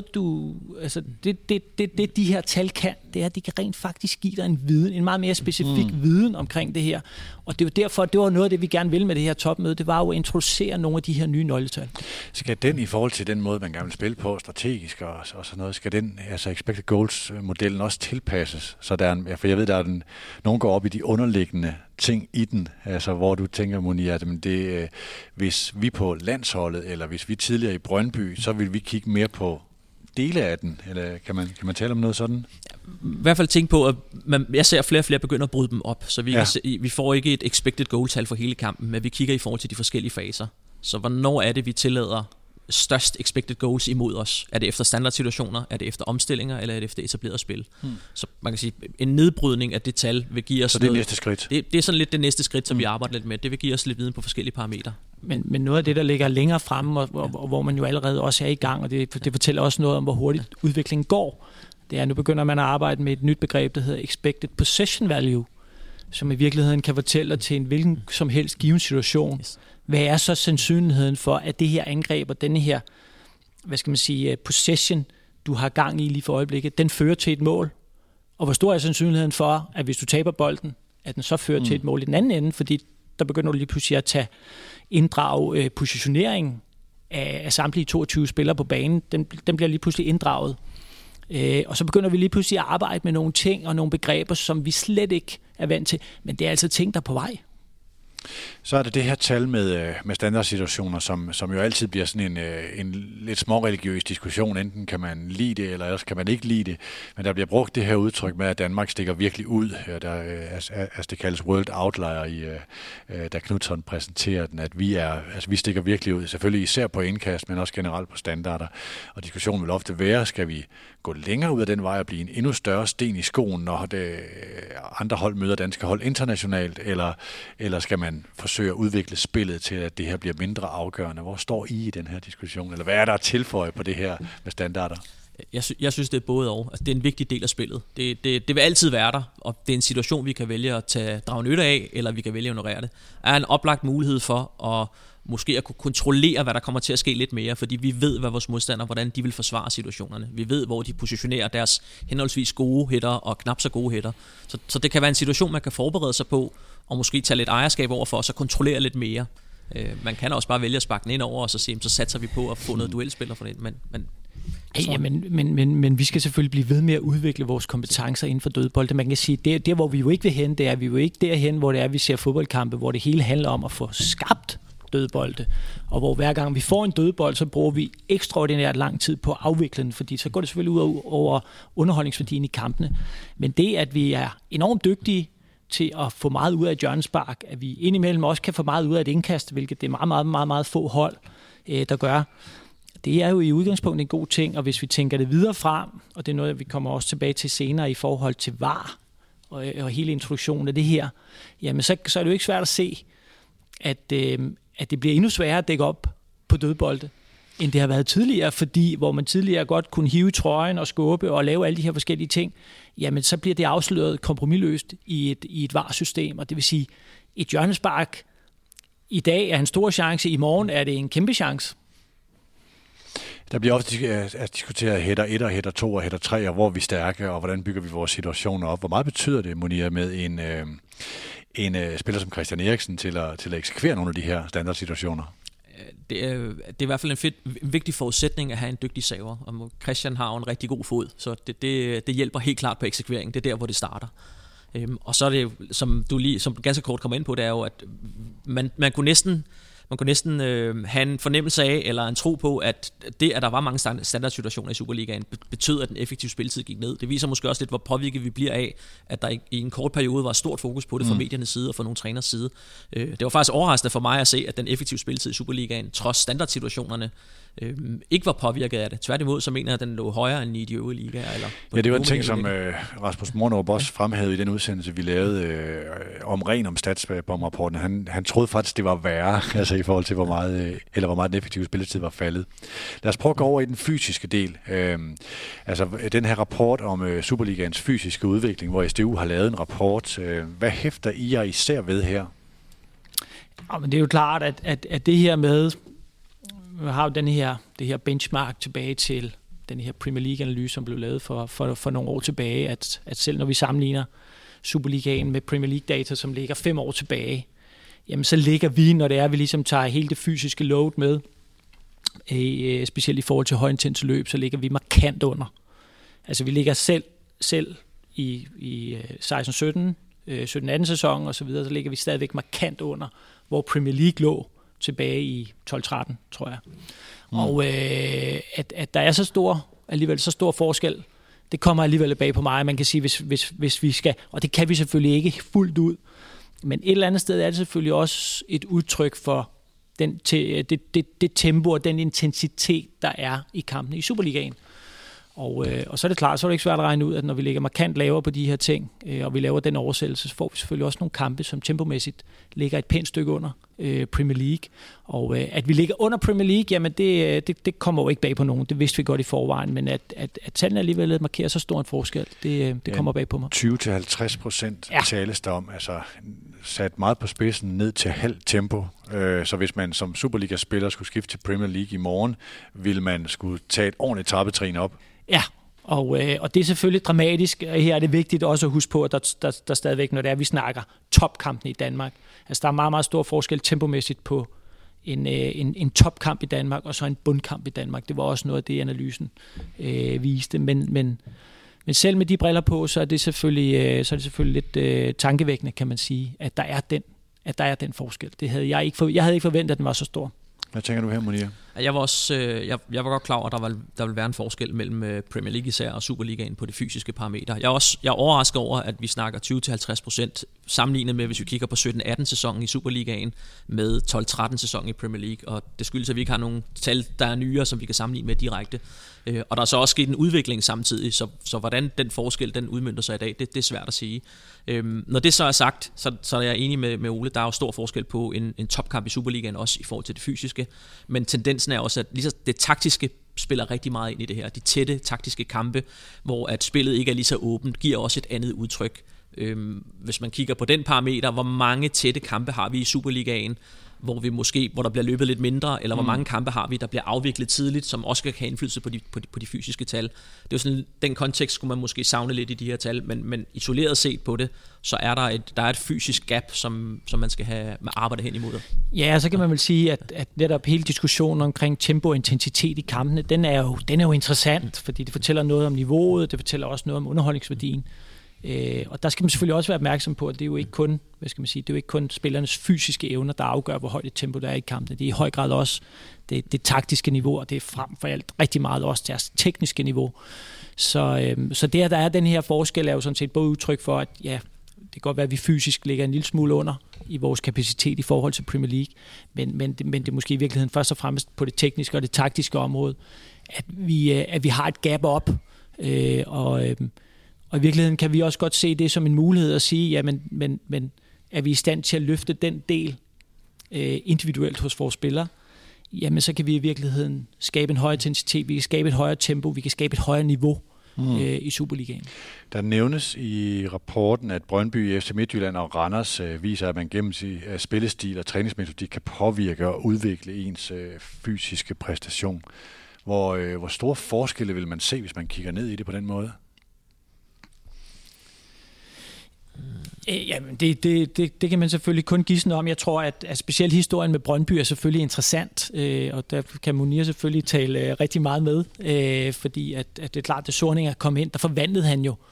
det de her tal kan, det er, at de kan rent faktisk give dig en viden, en meget mere specifik viden omkring det her. Og det er jo derfor, det var noget af det, vi gerne ville med det her topmøde, det var jo at introducere nogle af de her nye nøgletal. Skal den i forhold til den måde, man gerne vil spille på, strategisk og sådan noget, skal den, altså expected goals-modellen også tilpasses? Så der er, for jeg ved, der er nogen går op i de underliggende ting i den, altså hvor du tænker, Monia, at hvis vi på landsholdet, eller hvis vi tidligere i Brøndby, så vil vi kigge mere på dele af den, eller kan man tale om noget sådan? I hvert fald tænke på, at jeg ser flere og flere begynder at bryde dem op, så vi får ikke et expected goal-tal for hele kampen, men vi kigger i forhold til de forskellige faser. Så hvornår er det, vi tillader størst expected goals imod os? Er det efter standardsituationer? Er det efter omstillinger? Eller er det efter etableret spil? Så man kan sige, en nedbrydning af det tal vil give os så det er næste skridt? Det er sådan lidt det næste skridt, som vi arbejder lidt med. Det vil give os lidt viden på forskellige parametre. Men noget af det, der ligger længere fremme, og hvor man jo allerede også er i gang, og det fortæller også noget om, hvor hurtigt udviklingen går, det er, at nu begynder man at arbejde med et nyt begreb, der hedder expected possession value, som i virkeligheden kan fortælle til en hvilken som helst given situation, hvad er så sandsynligheden for, at det her angreb og denne her, possession, du har gang i lige for øjeblikket, den fører til et mål. Og hvor stor er sandsynligheden for, at hvis du taber bolden, at den så fører til et mål i den anden ende, fordi der begynder du lige pludselig at inddrage positioneringen af samtlige 22 spillere på banen. Den bliver lige pludselig inddraget. Og så begynder vi lige pludselig at arbejde med nogle ting og nogle begreber, som vi slet ikke er vant til. Men det er altså ting, der er på vej. Så er det her tal med standardsituationer, som jo altid bliver sådan en lidt småreligiøs diskussion. Enten kan man lide det, eller ellers kan man ikke lide det. Men der bliver brugt det her udtryk med, at Danmark stikker virkelig ud. Det kaldes World Outlier, da Knudsen præsenterer den, at vi stikker virkelig ud. Selvfølgelig især på indkast, men også generelt på standarder. Og diskussionen vil ofte være, skal vi gå længere ud af den vej og blive en endnu større sten i skoen, når andre hold møder danske hold internationalt, eller skal man forsøge at udvikle spillet til, at det her bliver mindre afgørende? Hvor står I den her diskussion? Eller hvad er der at tilføje på det her med standarder? Jeg synes, det er både og. Altså, det er en vigtig del af spillet. Det vil altid være der, og det er en situation, vi kan vælge at drage nytte af, eller vi kan vælge at ignorere det. Der er en oplagt mulighed for måske at kunne kontrollere, hvad der kommer til at ske lidt mere, fordi vi ved, hvad vores modstandere, hvordan de vil forsvare situationerne. Vi ved, hvor de positionerer deres henholdsvis gode hætter og knap så gode hætter. Så det kan være en situation, man kan forberede sig på, og måske tage lidt ejerskab over for, og så kontrollere lidt mere. Man kan også bare vælge at sparke den ind over, og så sige, så satser vi på at få noget duelspiller for det. Men vi skal selvfølgelig blive ved med at udvikle vores kompetencer inden for dødbolde. Man kan sige, det hvor vi jo ikke vil hen, det er, vi jo ikke derhen, hvor det er, vi ser fodboldkampe, hvor det hele handler om at få skabt dødbolde, og hvor hver gang vi får en dødbold, så bruger vi ekstraordinært lang tid på at afvikle den, fordi så går det selvfølgelig ud over underholdningsværdien i kampene. Men det, at vi er enormt dygtige til at få meget ud af et hjørnespark, at vi indimellem også kan få meget ud af et indkast, hvilket det er meget, meget, meget, meget få hold, der gør. Det er jo i udgangspunktet en god ting, og hvis vi tænker det videre frem, og det er noget, vi kommer også tilbage til senere i forhold til VAR og hele introduktionen af det her, jamen så er det jo ikke svært at se, at det bliver endnu sværere at dække op på dødbolde, end det har været tidligere, fordi hvor man tidligere godt kunne hive i trøjen og skubbe og lave alle de her forskellige ting, jamen så bliver det afsløret kompromisløst i et VAR-system, og det vil sige, et hjørnespark i dag er en stor chance, i morgen er det en kæmpe chance. Der bliver ofte diskuteret hætter 1 og hætter 2 og hætter 3, og hvor vi er stærke, og hvordan bygger vi vores situationer op. Hvor meget betyder det, Munir, med en spiller som Christian Eriksen til at eksekvere nogle af de her standardsituationer? Det er i hvert fald en vigtig forudsætning at have en dygtig saver, og Christian har jo en rigtig god fod, så det hjælper helt klart på eksekvering. Det er der, hvor det starter. Og så er det, som du lige som ganske kort kommer ind på, det er jo, at man kunne næsten have en fornemmelse af, eller en tro på, at det, at der var mange standardsituationer i Superligaen, betød, at den effektive spilletid gik ned. Det viser måske også lidt, hvor påvirket vi bliver af, at der i en kort periode var stort fokus på det fra mediernes side og fra nogle træners side. Det var faktisk overraskende for mig at se, at den effektive spilletid i Superligaen, trods standardsituationerne, ikke var påvirket af det. Tværtimod, så mener jeg, at den lå højere end i de øvrige ligaer. Ja, det var en ting, som Rasmus Mornov også fremhævede i den udsendelse, vi lavede om StatsBomb-rapporten. Han troede faktisk, det var værre, altså i forhold til, hvor meget den effektive spilletid var faldet. Lad os prøve at gå over i den fysiske del. Altså den her rapport om Superligaens fysiske udvikling, hvor SDU har lavet en rapport. Hvad hæfter I jer især ved her? Ja, men det er jo klart, at det her med vi har jo det her benchmark tilbage til den her Premier League-analyse, som blev lavet for nogle år tilbage, at selv når vi sammenligner Superligaen med Premier League-data, som ligger 5 år tilbage, jamen så ligger vi, når det er, vi ligesom tager hele det fysiske load med, specielt i forhold til højintense løb, så ligger vi markant under. Altså vi ligger selv i 16-17, 17-18 sæson og så videre, så ligger vi stadigvæk markant under, hvor Premier League lå tilbage i 12-13, tror jeg. Og at der er så stor forskel, det kommer alligevel bag på mig. Man kan sige, hvis vi skal, og det kan vi selvfølgelig ikke fuldt ud, men et eller andet sted er det selvfølgelig også et udtryk for det tempo og den intensitet, der er i kampene i Superligaen. Og så er det klart, så er det ikke svært at regne ud, at når vi ligger markant lavere på de her ting, og vi laver den oversættelse, så får vi selvfølgelig også nogle kampe, som tempomæssigt ligger et pænt stykke under Premier League. Og at vi ligger under Premier League, jamen det kommer jo ikke bag på nogen. Det vidste vi godt i forvejen, men at tallene alligevel markerer så stor en forskel, det kommer bag på mig. 20-50% tales der om, altså sat meget på spidsen ned til halv tempo. Så hvis man som Superliga-spiller skulle skifte til Premier League i morgen, ville man skulle tage et ordentligt tappetrin op. Ja, og det er selvfølgelig dramatisk. Her er det vigtigt også at huske på, at der stadigvæk, når det er, vi snakker topkampen i Danmark. Altså der er meget, meget stor forskel tempomæssigt på en topkamp i Danmark og så en bundkamp i Danmark. Det var også noget af det, analysen viste. Men selv med de briller på, så er det selvfølgelig lidt tankevækkende, kan man sige, at der er den forskel. Jeg havde ikke forventet, at den var så stor. Hvad tænker du her, Munir? Jeg var godt klar over, at der vil være en forskel mellem Premier League især og Superligaen på det fysiske parameter. Jeg er overrasket over, at vi snakker 20-50% sammenlignet med, hvis vi kigger på 17-18 sæsonen i Superligaen med 12-13 sæsonen i Premier League. Og det skyldes, at vi ikke har nogen tal, der er nyere, som vi kan sammenligne med direkte. Og der er så også sket en udvikling samtidig, så hvordan den forskel den udmønter sig i dag, det er svært at sige. Når det så er sagt, så er jeg enig med Ole. Der er jo stor forskel på en topkamp i Superligaen også i forhold til det fysiske, men tendensen er også, at lige så det taktiske spiller rigtig meget ind i det her. De tætte taktiske kampe, hvor at spillet ikke er lige så åbent, giver også et andet udtryk. Hvis man kigger på den parameter, hvor mange tætte kampe har vi i Superligaen, hvor der bliver løbet lidt mindre, eller hvor mange kampe har vi, der bliver afviklet tidligt, som også kan have indflydelse på de fysiske tal. Det er jo sådan, den kontekst skulle man måske savne lidt i de her tal, men isoleret set på det, så er der er et fysisk gap, som man skal have arbejdet hen imod. Ja, så kan man vel sige, at netop hele diskussionen omkring tempo og intensitet i kampene, den er jo interessant, fordi det fortæller noget om niveauet, det fortæller også noget om underholdningsværdien. Og der skal man selvfølgelig også være opmærksom på, at det er jo ikke kun, det er jo ikke kun spillernes fysiske evner, der afgør, hvor højt et tempo der er i kampene. Det er i høj grad også det taktiske niveau, og det er frem for alt rigtig meget også deres tekniske niveau. Så der er den her forskel, er jo sådan set både udtryk for, at ja, det kan godt være, at vi fysisk ligger en lille smule under i vores kapacitet i forhold til Premier League, men det er måske i virkeligheden først og fremmest på det tekniske og det taktiske område, at vi har et gap op, og i virkeligheden kan vi også godt se det som en mulighed at sige, ja, men er vi i stand til at løfte den del individuelt hos vores spillere, jamen så kan vi i virkeligheden skabe en højere intensitet, vi kan skabe et højere tempo, vi kan skabe et højere niveau i Superligaen. Der nævnes i rapporten, at Brøndby, FC Midtjylland og Randers viser, at man gennem spillestil og træningsmetodik kan påvirke og udvikle ens fysiske præstation. Hvor store forskelle vil man se, hvis man kigger ned i det på den måde? Jamen, det kan man selvfølgelig kun gisne om. Jeg tror, at specielt historien med Brøndby er selvfølgelig interessant, og der kan Munir selvfølgelig tale rigtig meget med, fordi at det er klart, at Zorniger kom ind, der forvandlede han jo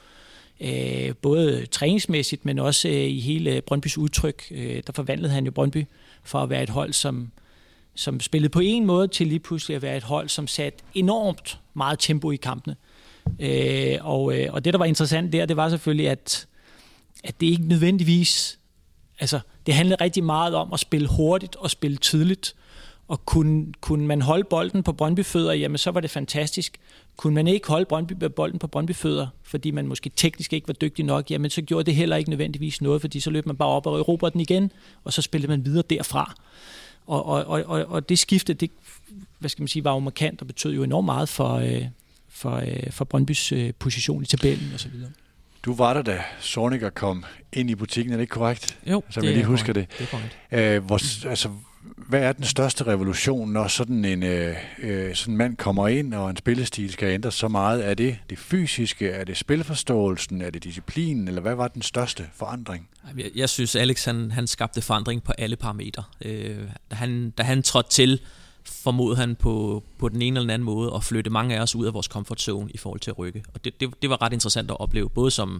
både træningsmæssigt, men også i hele Brøndbys udtryk, der forvandlede han jo Brøndby for at være et hold, som spillede på en måde, til lige pludselig at være et hold, som satte enormt meget tempo i kampene. Og det, der var interessant der, det var selvfølgelig, at det ikke nødvendigvis, altså det handlede rigtig meget om at spille hurtigt og spille tidligt, og kunne man holde bolden på Brøndby-fødder, jamen så var det fantastisk. Kunne man ikke holde bolden på Brøndby-fødder, fordi man måske teknisk ikke var dygtig nok, jamen så gjorde det heller ikke nødvendigvis noget, fordi så løb man bare op og erobrede den igen, og så spillede man videre derfra. Og det skifte, det, hvad skal man sige, var jo markant og betød jo enormt meget for Brøndbys position i tabellen og så videre. Du var der, da Zorniger kom ind i butikken, er det ikke korrekt? Jo, så jeg lige husker det. Det er korrekt. Hvad er den største revolution, når sådan en mand kommer ind, og en spillestil skal ændres så meget? Er det fysiske, er det spilforståelsen, er det disciplinen, eller hvad var den største forandring? Jeg synes, Alex han skabte forandring på alle parametre. Da han trådte til, formodede han på den ene eller den anden måde at flytte mange af os ud af vores comfort zone i forhold til at rykke. Og det var ret interessant at opleve, både som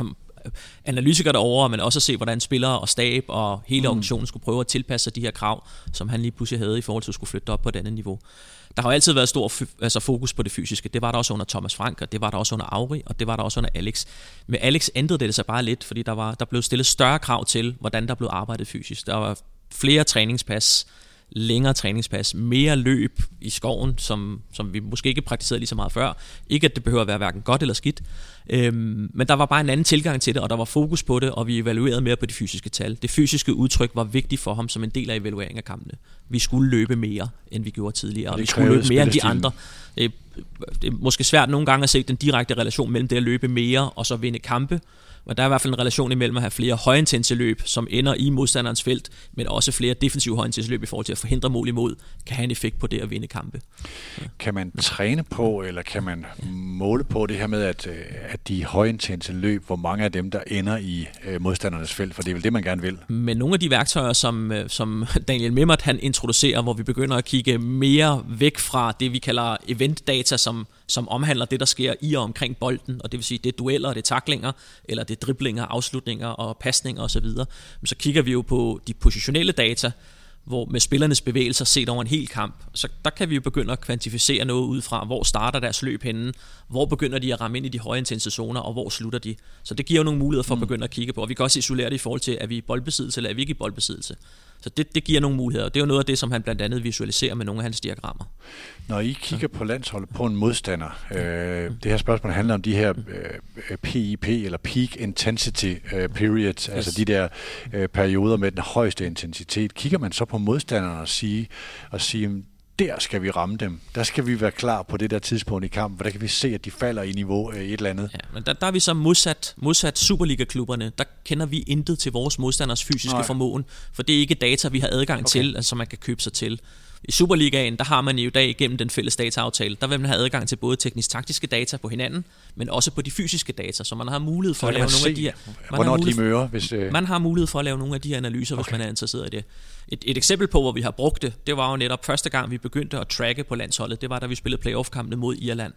analytiker derovre, men også at se, hvordan spillere og stab og hele organisationen skulle prøve at tilpasse sig de her krav, som han lige pludselig havde i forhold til at skulle flytte op på et andet niveau. Der har jo altid været stor fokus på det fysiske. Det var der også under Thomas Frank, og det var der også under Auri, og det var der også under Alex. Med Alex ændrede det sig bare lidt, fordi der blev stillet større krav til, hvordan der blev arbejdet fysisk. Der var flere træningspas, længere træningspas, mere løb i skoven, som vi måske ikke praktiserede lige så meget før. Ikke at det behøver at være hverken godt eller skidt, men der var bare en anden tilgang til det, og der var fokus på det, og vi evaluerede mere på de fysiske tal. Det fysiske udtryk var vigtigt for ham som en del af evalueringen af kampene. Vi skulle løbe mere, end vi gjorde tidligere, og vi skulle løbe mere end de andre. Det er måske svært nogle gange at se den direkte relation mellem det at løbe mere og så vinde kampe, men der er i hvert fald en relation imellem at have flere højintense løb, som ender i modstanderens felt, men også flere defensive højintense løb i forhold til at forhindre mål imod, kan have en effekt på det at vinde kampe. Ja. Kan man træne på, eller kan man måle på det her med, at de højintense løb, hvor mange af dem, der ender i modstandernes felt, for det er vel det, man gerne vil? Men nogle af de værktøjer, som Daniel Memmert han introducerer, hvor vi begynder at kigge mere væk fra det, vi kalder eventdata, som omhandler det, der sker i og omkring bolden, og det vil sige, det er dueller, det er tacklinger, eller det er driblinger, afslutninger og pasninger osv. Men så kigger vi jo på de positionelle data, hvor med spillernes bevægelser set over en hel kamp, så der kan vi jo begynde at kvantificere noget ud fra, hvor starter deres løb henne, hvor begynder de at ramme ind i de høje intense zoner, og hvor slutter de. Så det giver jo nogle muligheder for at begynde at kigge på, og vi kan også isolere det i forhold til, er vi i boldbesiddelse, eller er vi ikke i boldbesiddelse. Så det giver nogle muligheder, og det er jo noget af det, som han blandt andet visualiserer med nogle af hans diagrammer. Når I kigger på landsholdet på en modstander, det her spørgsmål handler om de her PIP, eller Peak Intensity Periods, altså de der perioder med den højeste intensitet. Kigger man så på modstanderen og sige, der skal vi ramme dem. Der skal vi være klar på det der tidspunkt i kampen, for der kan vi se, at de falder i niveau et eller andet. Ja, men der er vi så modsat Superliga-klubberne. Der kender vi intet til vores modstanders fysiske formåen, for det er ikke data, vi har adgang til, altså man kan købe sig til. I Superligaen, der har man jo i dag gennem den fælles dataaftale, der vil man have adgang til både teknisk-taktiske data på hinanden, men også på de fysiske data, så man har mulighed for at lave nogle af de her... Man har mulighed for at lave nogle af de her analyser, hvis man er interesseret i det. Et eksempel på, hvor vi har brugt det var jo netop første gang, vi begyndte at tracke på landsholdet. Det var, da vi spillede playoff-kampene mod Irland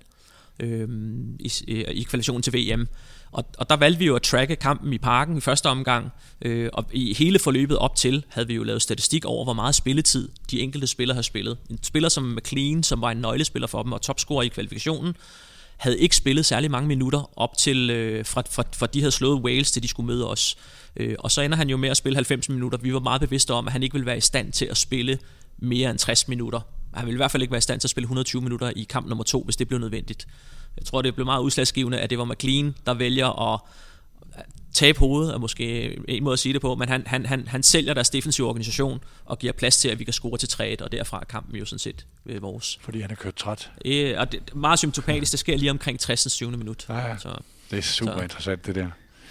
i kvalifikationen til VM. Og der valgte vi jo at tracke kampen i Parken i første omgang, og i hele forløbet op til havde vi jo lavet statistik over, hvor meget spilletid de enkelte spillere har spillet. En spiller som McLean, som var en nøglespiller for dem og topscorer i kvalifikationen, havde ikke spillet særlig mange minutter op til, fra de havde slået Wales, til de skulle møde os. Og så ender han jo med at spille 90 minutter. Vi var meget bevidste om, at han ikke ville være i stand til at spille mere end 60 minutter. Han ville i hvert fald ikke være i stand til at spille 120 minutter i kamp nummer 2, hvis det blev nødvendigt. Jeg tror, det blev meget udslagsgivende, at det var McLean, der vælger at tabe hovedet, er måske en måde at sige det på, men han sælger deres defensive organisation og giver plads til, at vi kan score til 3-1, og derfra er kampen jo sådan set vores. Fordi han er kørt træt. Og det er meget symptomatisk, det sker lige omkring 60. 7. minut. Ja. Så, det er super interessant, det der.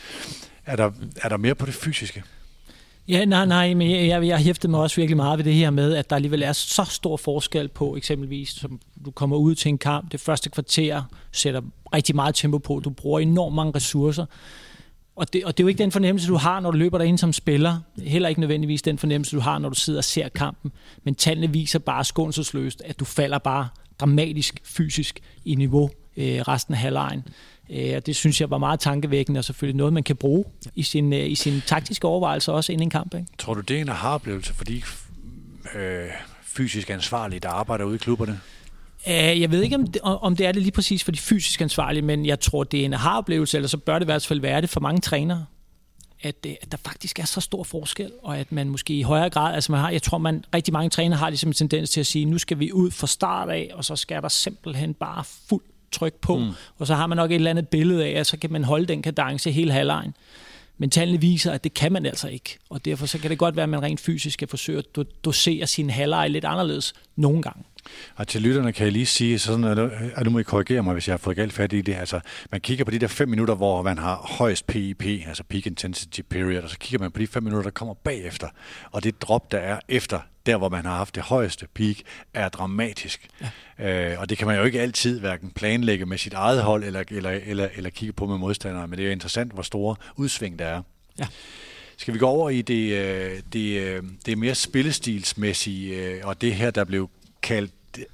Er der mere på det fysiske? Ja, nej, men jeg hæftede mig også virkelig meget ved det her med, at der alligevel er så stor forskel på, eksempelvis, som du kommer ud til en kamp, det første kvarter sætter rigtig meget tempo på, du bruger enormt mange ressourcer, og det er jo ikke den fornemmelse, du har, når du løber derinde som spiller, heller ikke nødvendigvis den fornemmelse, du har, når du sidder og ser kampen, men tallene viser bare skånselsløst, at du falder bare dramatisk fysisk i niveau resten af halvlejen. Og det synes jeg var meget tankevækkende, og selvfølgelig noget, man kan bruge i sin taktiske overvejelser også inden en kamp. Ikke? Tror du, det er en aha-oplevelse for de fysisk ansvarlige, der arbejder ude i klubberne? Jeg ved ikke, om det er det lige præcis for de fysisk ansvarlige, men jeg tror, det er en aha-oplevelse, eller så bør det i hvert fald være det for mange trænere, at der faktisk er så stor forskel, og at man måske i højere grad, altså jeg tror, rigtig mange trænere har ligesom en tendens til at sige, nu skal vi ud fra start af, og så skal der simpelthen bare fuld tryk på, og så har man nok et eller andet billede af, at så kan man holde den kadence hele halvlejen. Men tallene viser, at det kan man altså ikke, og derfor så kan det godt være, at man rent fysisk skal forsøge at dosere sin halvleg lidt anderledes nogle gange. Og til lytterne kan jeg lige sige, sådan, at du må I korrigere mig, hvis jeg har fået galt fat i det. Altså, man kigger på de der 5 minutter, hvor man har højst PIP, altså Peak Intensity Period, og så kigger man på de 5 minutter, der kommer bagefter. Og det drop, der er efter, der hvor man har haft det højeste peak, er dramatisk. Ja. Og det kan man jo ikke altid hverken planlægge med sit eget hold, eller kigge på med modstandere, men det er jo interessant, hvor store udsving der er. Ja. Skal vi gå over i det mere spillestilsmæssige, og det her, der blev kaldt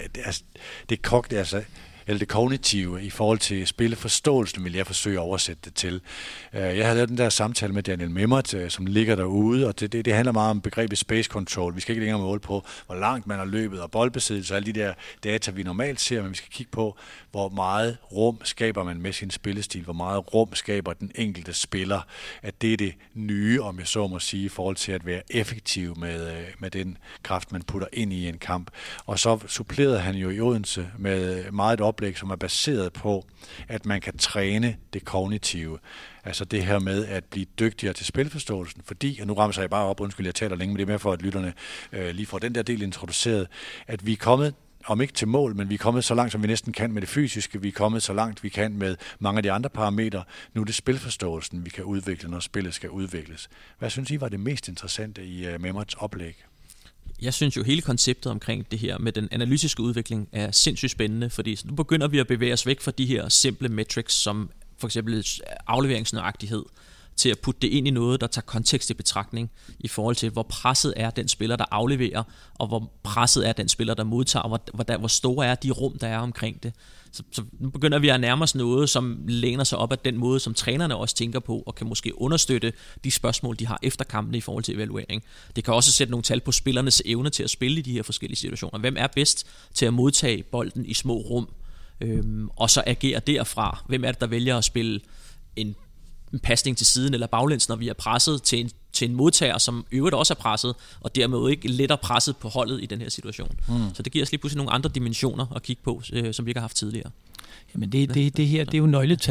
det kognitive i forhold til spilleforståelsen, vil jeg forsøge at oversætte det til. Jeg har lavet den der samtale med Daniel Memmert, som ligger derude, og det handler meget om begrebet space control. Vi skal ikke længere måle på, hvor langt man har løbet og boldbesiddelse og alle de der data, vi normalt ser, men vi skal kigge på, hvor meget rum skaber man med sin spillestil, hvor meget rum skaber den enkelte spiller, at det er det nye, om jeg så må sige, i forhold til at være effektiv med den kraft, man putter ind i en kamp. Og så supplerede han jo i Odense med meget oplæg, som er baseret på, at man kan træne det kognitive. Altså det her med at blive dygtigere til spilforståelsen, fordi, og nu rammer jeg bare op, undskyld, jeg taler længe, men det er mere for, at lytterne lige får den der del introduceret, at vi er kommet, om ikke til mål, men vi er kommet så langt, som vi næsten kan med det fysiske, vi er kommet så langt, vi kan med mange af de andre parametre. Nu er det spilforståelsen, vi kan udvikle, når spillet skal udvikles. Hvad synes I var det mest interessante i Memmerts oplæg? Jeg synes jo, hele konceptet omkring det her med den analytiske udvikling er sindssygt spændende, fordi nu begynder vi at bevæge os væk fra de her simple metrics, som for eksempel afleveringsnøjagtighed, til at putte det ind i noget, der tager kontekst i betragtning i forhold til, hvor presset er den spiller, der afleverer, og hvor presset er den spiller, der modtager, og hvor store er de rum, der er omkring det. Så nu begynder vi at nærme os noget, som læner sig op af den måde, som trænerne også tænker på, og kan måske understøtte de spørgsmål, de har efter kampene i forhold til evaluering. Det kan også sætte nogle tal på spillernes evne til at spille i de her forskellige situationer. Hvem er bedst til at modtage bolden i små rum, og så agere derfra? Hvem er det, der vælger at spille en pasning til siden eller baglæns, når vi er presset til en modtager, som øvrigt også er presset, og dermed ikke lettere presset på holdet i den her situation. Så det giver os lige pludselig nogle andre dimensioner at kigge på, som vi ikke har haft tidligere. Jamen det her, det er jo nøgletal.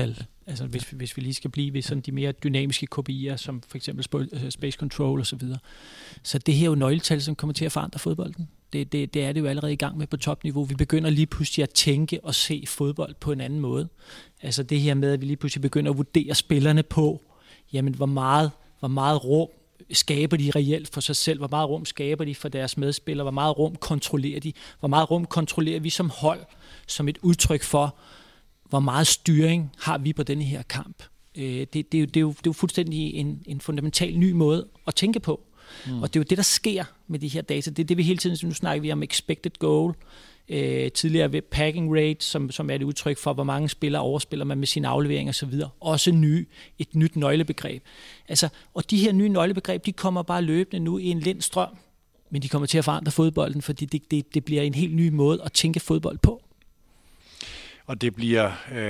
Altså hvis vi lige skal blive ved sådan de mere dynamiske KPI'er, som for eksempel Space Control og så videre. Så det her er jo nøgletal, som kommer til at forandre fodbolden. Det er det jo allerede i gang med på topniveau. Vi begynder lige pludselig at tænke og se fodbold på en anden måde. Altså det her med, at vi lige pludselig begynder at vurdere spillerne på, jamen hvor meget rum skaber de reelt for sig selv, hvor meget rum skaber de for deres medspillere, hvor meget rum kontrollerer de, hvor meget rum kontrollerer vi som hold, som et udtryk for, hvor meget styring har vi på denne her kamp. Det er jo fuldstændig en fundamental ny måde at tænke på. Og det er jo det, der sker med de her data. Det er det, vi hele tiden, nu snakker vi om expected goal, tidligere ved packing rate, som er et udtryk for, hvor mange spillere overspiller man med sine afleveringer osv. Også et nyt nøglebegreb. Altså, og de her nye nøglebegreb, de kommer bare løbende nu i en lind strøm, men de kommer til at forandre fodbolden, fordi det bliver en helt ny måde at tænke fodbold på. Og det bliver,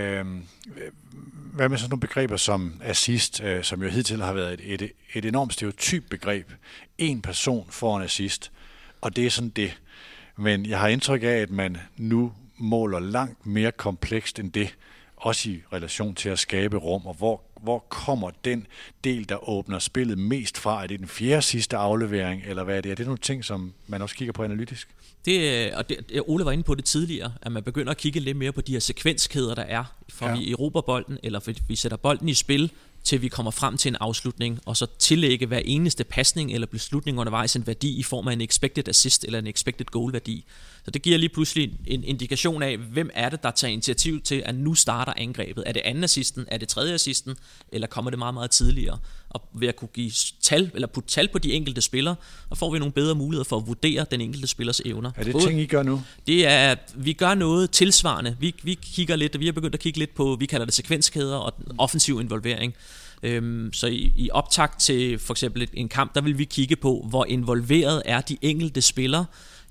hvad med sådan nogle begreber som assist, som jo hidtil har været et enormt stereotyp begreb. En person får en assist, og det er sådan det. Men jeg har indtryk af, at man nu måler langt mere komplekst end det, også i relation til at skabe rum, og hvor kommer den del, der åbner spillet mest fra? Er det den fjerde sidste aflevering, eller hvad er det? Er det nogle ting, som man også kigger på analytisk? Ole var inde på det tidligere, at man begynder at kigge lidt mere på de her sekvenskæder, der er, fra vi erobrer bolden, eller vi sætter bolden i spil, til vi kommer frem til en afslutning, og så tillægge hver eneste pasning eller beslutning undervejs en værdi i form af en expected assist eller en expected goal værdi. Så det giver lige pludselig en indikation af, hvem er det, der tager initiativ til, at nu starter angrebet. Er det anden assisten, er det tredje assisten, eller kommer det meget, meget tidligere? Og ved at kunne give tal, eller putte tal på de enkelte spillere, så får vi nogle bedre muligheder for at vurdere den enkelte spillers evner. Er det ting, I gør nu? Det er, at vi gør noget tilsvarende. Vi kigger lidt, vi har begyndt at kigge lidt på, vi kalder det sekvenskæder og offensiv involvering. Så i optakt til for eksempel en kamp, der vil vi kigge på, hvor involveret er de enkelte spillere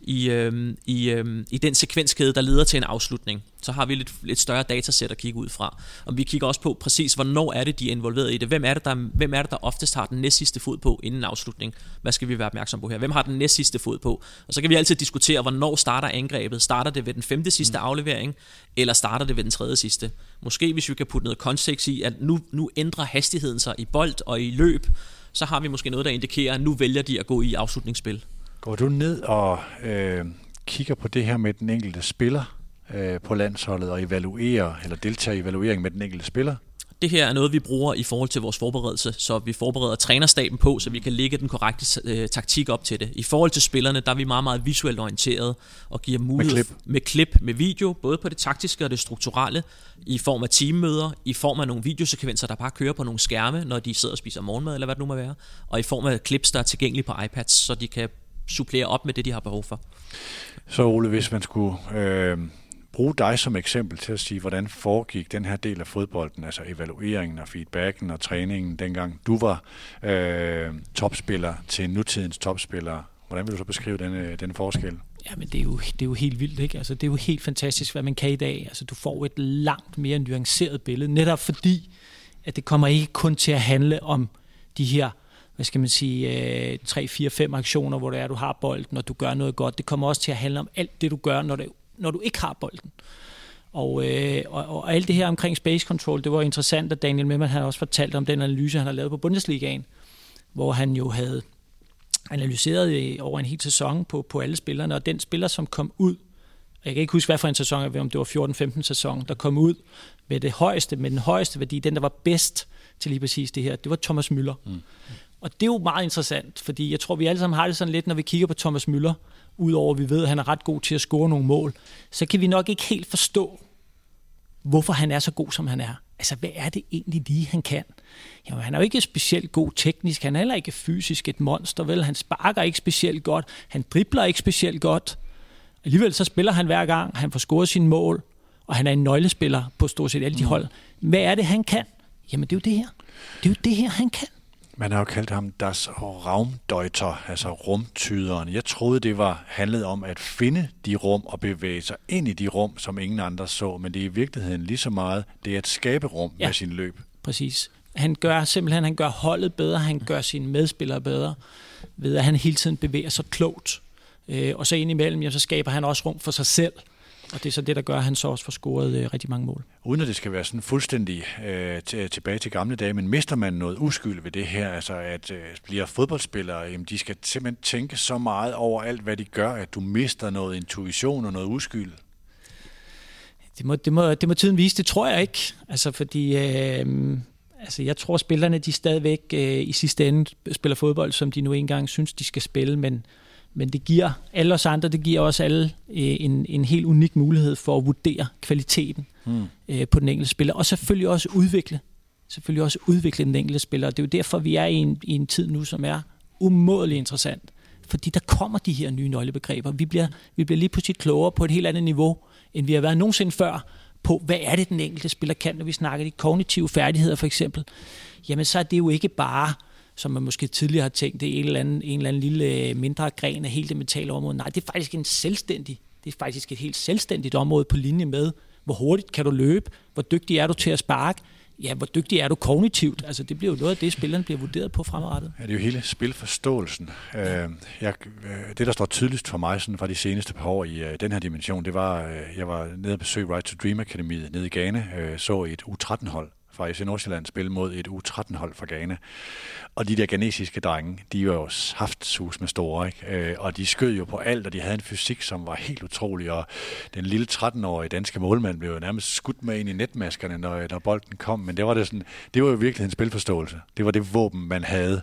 i den sekvenskæde, der leder til en afslutning. Så har vi lidt større datasæt at kigge ud fra. Og vi kigger også på præcis, hvornår er det, de er involveret i det. Hvem er det, der oftest har den næstsidste fod på inden en afslutning? Hvad skal vi være opmærksom på her? Hvem har den næstsidste fod på? Og så kan vi altid diskutere, hvornår starter angrebet. Starter det ved den femte sidste aflevering, eller starter det ved den tredje sidste? Måske hvis vi kan putte noget kontekst i, at nu ændrer hastigheden sig i bold og i løb, så har vi måske noget, der indikerer, at nu vælger de at gå i afslutningsspil. Går du ned og kigger på det her med den enkelte spiller på landsholdet og evaluerer, eller deltager i evaluering med den enkelte spiller? Det her er noget, vi bruger i forhold til vores forberedelse, så vi forbereder trænerstaben på, så vi kan lægge den korrekte taktik op til det. I forhold til spillerne, der er vi meget, meget visuelt orienteret og giver mulighed med klip, med video, både på det taktiske og det strukturelle, i form af teammøder, i form af nogle videosekvenser, der bare kører på nogle skærme, når de sidder og spiser morgenmad, eller hvad det nu må være, og i form af clips, der er tilgængelige på iPads, så de kan supplere op med det, de har behov for. Så Ole, hvis man skulle bruge dig som eksempel til at sige, hvordan foregik den her del af fodbolden, altså evalueringen og feedbacken og træningen, dengang du var topspiller til nutidens topspillere. Hvordan vil du så beskrive den forskel? Ja, men det er jo helt vildt, ikke? Altså, det er jo helt fantastisk, hvad man kan i dag. Altså, du får et langt mere nuanceret billede, netop fordi, at det kommer ikke kun til at handle om de her, hvad skal man sige, 3, 4, 5 aktioner, hvor det er, du har bolden, og du gør noget godt. Det kommer også til at handle om alt det, du gør, når du ikke har bolden. Og alt det her omkring Space Control, det var interessant, at Daniel Memmer har også fortalt om den analyse, han har lavet på Bundesligaen, hvor han jo havde analyseret over en hel sæson på alle spillerne, og den spiller, som kom ud, jeg kan ikke huske, hvad for en sæson, om det var 14-15 sæson, der kom ud med den højeste værdi, den der var bedst til lige præcis det her, det var Thomas Müller. Og det er jo meget interessant, fordi jeg tror, vi alle sammen har det sådan lidt, når vi kigger på Thomas Müller, udover at vi ved, at han er ret god til at score nogle mål, så kan vi nok ikke helt forstå, hvorfor han er så god, som han er. Altså, hvad er det egentlig lige, han kan? Jamen, han er jo ikke specielt god teknisk, han er heller ikke fysisk et monster, vel? Han sparker ikke specielt godt, han dribler ikke specielt godt. Alligevel så spiller han hver gang, han får scoret sine mål, og han er en nøglespiller på stort set alle de hold. Hvad er det, han kan? Jamen, det er jo det her. Det er jo det her, han kan. Man har jo kaldt ham Das Raumdeuter, altså rumtyderen. Jeg troede, det handlede om at finde de rum og bevæge sig ind i de rum, som ingen andre så. Men det er i virkeligheden lige så meget, det er at skabe rum med sin løb. Præcis. Han gør holdet bedre, han gør sine medspillere bedre, ved at han hele tiden bevæger sig klogt. Og så indimellem, så skaber han også rum for sig selv. Og det er så det, der gør, at han så også får scoret rigtig mange mål. Uden at det skal være sådan fuldstændig tilbage til gamle dage, men mister man noget uskyld ved det her, altså at bliver fodboldspillere, jamen de skal simpelthen tænke så meget over alt, hvad de gør, at du mister noget intuition og noget uskyld? Det må tiden vise, det tror jeg ikke. Altså fordi jeg tror, spillerne de stadigvæk i sidste ende spiller fodbold, som de nu engang synes, de skal spille, men det giver alle os andre, det giver også alle en helt unik mulighed for at vurdere kvaliteten på den enkelte spiller, og selvfølgelig også udvikle den enkelte spiller. Og det er jo derfor, vi er i en tid nu, som er umådelig interessant, fordi der kommer de her nye nøglebegreber. Vi bliver lige pludselig klogere på et helt andet niveau, end vi har været nogensinde før, på hvad er det, den enkelte spiller kan, når vi snakker de kognitive færdigheder for eksempel. Jamen så er det jo ikke bare, som man måske tidligere har tænkt, det er en eller anden lille mindre gren af hele det mentale område. Nej, det er faktisk et helt selvstændigt område på linje med, hvor hurtigt kan du løbe, hvor dygtig er du til at sparke, ja, hvor dygtig er du kognitivt. Altså det bliver jo noget af det, spillerne bliver vurderet på fremadrettet. Ja, det er jo hele spilforståelsen. Det, der står tydeligst for mig sådan fra de seneste par år i den her dimension, det var, jeg var nede og besøge Right to Dream Akademiet nede i Ghana, så et U13-hold fra FC Nordsjælland spille mod et U13-hold fra Ghana. Og de der ghanesiske drenge, de var jo saftsus med store, ikke? Og de skød jo på alt, og de havde en fysik, som var helt utrolig, og den lille 13-årige danske målmand blev jo nærmest skudt med ind i netmaskerne, når bolden kom, men det var jo virkelig en spilforståelse. Det var det våben, man havde,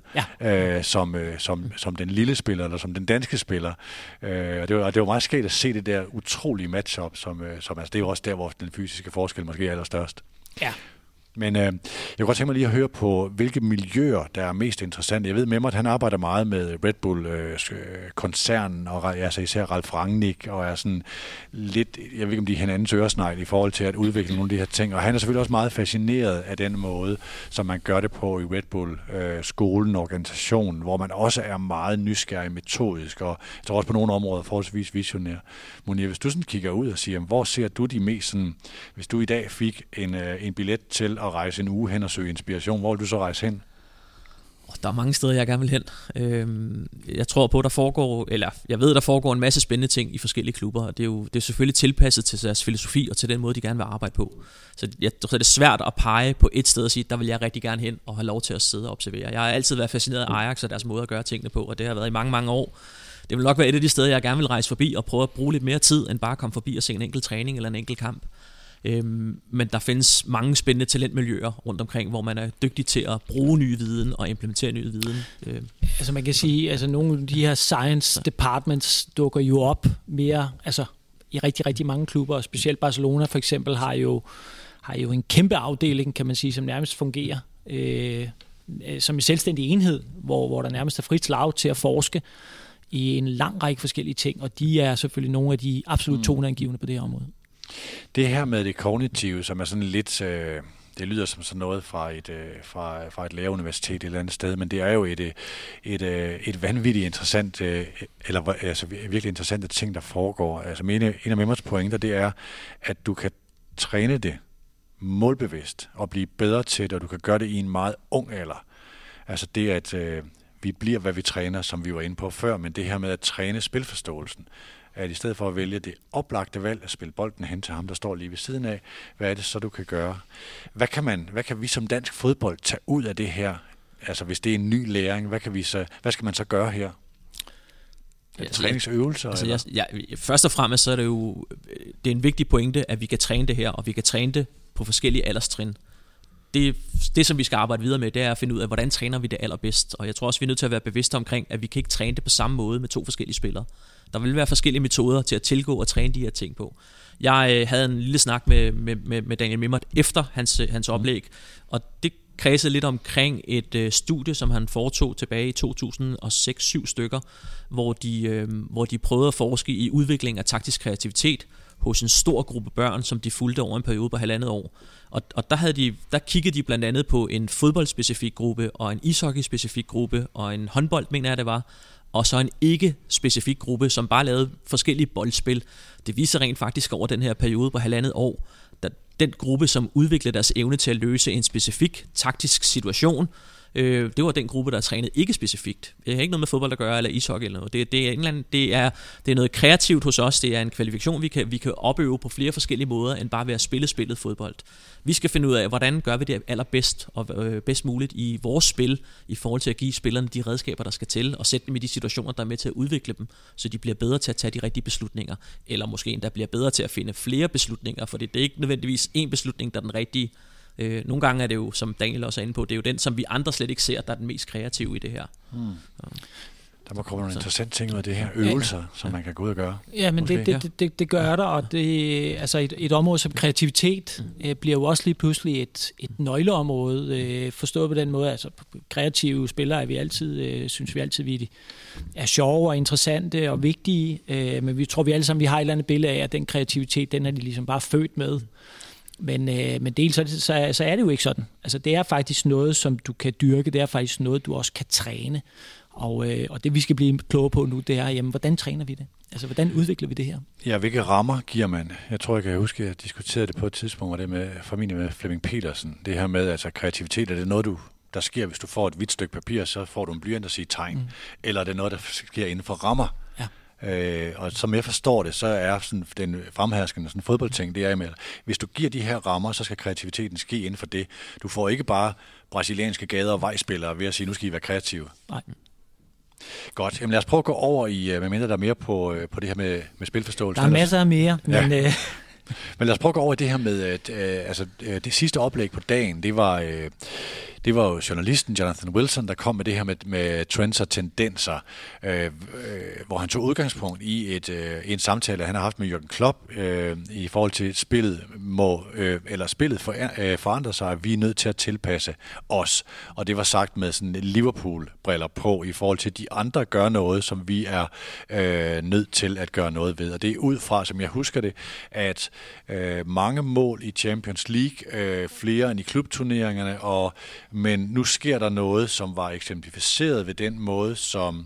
som den lille spiller, eller som den danske spiller. Og det var meget skægt at se det der utrolige matchup, som altså, det er jo også der, hvor den fysiske forskel måske er allerstørst. Ja. Men jeg kunne godt tænke mig lige at høre på, hvilke miljøer, der er mest interessante. Jeg ved med mig, at han arbejder meget med Red Bull-koncernen, og altså især Ralf Rangnick, og er sådan lidt, jeg ved ikke om de er hinandens øresnegl i forhold til at udvikle nogle af de her ting. Og han er selvfølgelig også meget fascineret af den måde, som man gør det på i Red Bull-skolen, organisationen, hvor man også er meget nysgerrig metodisk, og jeg tror også på nogle områder forholdsvis visionær. Munir, hvis du sådan kigger ud og siger, hvor ser du de mest sådan, hvis du i dag fik en billet til at rejse en uge hen og søge inspiration, hvor vil du så rejse hen? Der er mange steder, jeg gerne vil hen. Jeg tror på, jeg ved, der foregår en masse spændende ting i forskellige klubber, og det er selvfølgelig tilpasset til deres filosofi og til den måde, de gerne vil arbejde på. Så jeg tror, det er svært at pege på et sted og sige, der vil jeg rigtig gerne hen og have lov til at sidde og observere. Jeg har altid været fascineret af Ajax og deres måde at gøre tingene på, og det har været i mange, mange år. Det vil nok være et af de steder, jeg gerne vil rejse forbi og prøve at bruge lidt mere tid, end bare at komme forbi og se en enkelt træning eller en enkelt kamp. Men der findes mange spændende talentmiljøer rundt omkring, hvor man er dygtig til at bruge ny viden og implementere ny viden. Altså man kan sige, altså nogle af de her science departments dukker jo op mere, altså i rigtig, rigtig mange klubber, og specielt Barcelona for eksempel har jo en kæmpe afdeling, kan man sige, som nærmest fungerer som en selvstændig enhed, hvor der nærmest er frit slag til at forske i en lang række forskellige ting, og de er selvfølgelig nogle af de absolut toneangivende på det her område. Det her med det kognitive, som er sådan lidt, det lyder som sådan noget fra et læreruniversitet et eller andet sted, men det er jo et vanvittigt interessant, altså virkelig interessante ting, der foregår. Altså en af Memmers pointer, det er, at du kan træne det målbevidst og blive bedre til det, og du kan gøre det i en meget ung alder. Altså det, at vi bliver, hvad vi træner, som vi var inde på før, men det her med at træne spilforståelsen, at i stedet for at vælge det oplagte valg at spille bolden hen til ham, der står lige ved siden af, hvad er det så, du kan gøre? Hvad kan vi som dansk fodbold tage ud af det her? Altså hvis det er en ny læring, hvad skal man så gøre her? Træningsøvelser? Altså, først og fremmest så er det jo det er en vigtig pointe, at vi kan træne det her, og vi kan træne det på forskellige alderstrin. Det, som vi skal arbejde videre med, det er at finde ud af, hvordan træner vi det allerbedst. Og jeg tror også, vi er nødt til at være bevidste omkring, at vi kan ikke træne det på samme måde med 2 forskellige spillere. Der vil være forskellige metoder til at tilgå og træne de her ting på. Jeg havde en lille snak med Daniel Mimmert efter hans oplæg, og det kredsede lidt omkring et studie, som han foretog tilbage i 2006-7 stykker, hvor de prøvede at forske i udvikling af taktisk kreativitet hos en stor gruppe børn, som de fulgte over en periode på 1,5 år. Og der kiggede de blandt andet på en fodboldspecifik gruppe, og en ishockey-specifik gruppe, og en håndbold, mener jeg det var, og så en ikke-specifik gruppe, som bare lavede forskellige boldspil. Det viser rent faktisk over den her periode på 1,5 år, den gruppe, som udviklede deres evne til at løse en specifik taktisk situation, Det var den gruppe, der trænede ikke specifikt. Det har ikke noget med fodbold at gøre, eller ishockey eller noget. Det er noget kreativt hos os. Det er en kvalifikation, vi kan opøve på flere forskellige måder, end bare ved at spille spillet fodbold. Vi skal finde ud af, hvordan gør vi det allerbedst og bedst muligt i vores spil, i forhold til at give spillerne de redskaber, der skal til, og sætte dem i de situationer, der er med til at udvikle dem, så de bliver bedre til at tage de rigtige beslutninger, eller måske endda bliver bedre til at finde flere beslutninger, for det er ikke nødvendigvis én beslutning, der er den rigtige. Nogle gange er det jo, som Daniel også er inde på, det er jo den, som vi andre slet ikke ser, der er den mest kreative i det her. Der må komme nogle interessante ting ud af det her, øvelser, som man kan gå ud og gøre. Ja, men det gør der, og det, altså et område som kreativitet bliver jo også lige pludselig et nøgleområde, forstået på den måde, altså kreative spillere er vi altid, synes vi altid, vi er sjove og interessante og vigtige, men vi tror vi alle sammen, vi har et eller andet billede af, at den kreativitet, den er de ligesom bare født med. Men dels så er det jo ikke sådan. Altså det er faktisk noget, som du kan dyrke, det er faktisk noget, du også kan træne. Og det vi skal blive klogere på nu, det er, jamen, hvordan træner vi det? Altså hvordan udvikler vi det her? Ja, hvilke rammer giver man? Jeg tror, jeg kan huske, at jeg diskuterede det på et tidspunkt, og det formentlig med Flemming Petersen. Det her med, altså kreativitet, er det noget, der sker, hvis du får et hvidt stykke papir, så får du en blyant at sige tegn. Eller er det noget, der sker inden for rammer? Ja. Og som jeg forstår det, så er sådan den fremherskende sådan fodboldting, det er med, hvis du giver de her rammer, så skal kreativiteten ske inden for det. Du får ikke bare brasilianske gader og vejspillere ved at sige, nu skal I være kreative. Nej. Godt. Jamen lad os prøve at gå over i, medmindre der er mere på det her med spilforståelse. Der er masser af mere, men... Ja. Men lad os prøve at gå over i det her med, det sidste oplæg på dagen, det var jo journalisten Jonathan Wilson, der kom med det her med trends og tendenser, hvor han tog udgangspunkt i en samtale, han har haft med Jürgen Klopp i forhold til spillet spillet forandrer sig, at vi er nødt til at tilpasse os. Og det var sagt med sådan Liverpool-briller på i forhold til, at de andre gør noget, som vi er nødt til at gøre noget ved. Og det er ud fra, som jeg husker det, at mange mål i Champions League, flere end i klubturneringerne, men nu sker der noget, som var eksemplificeret ved den måde, som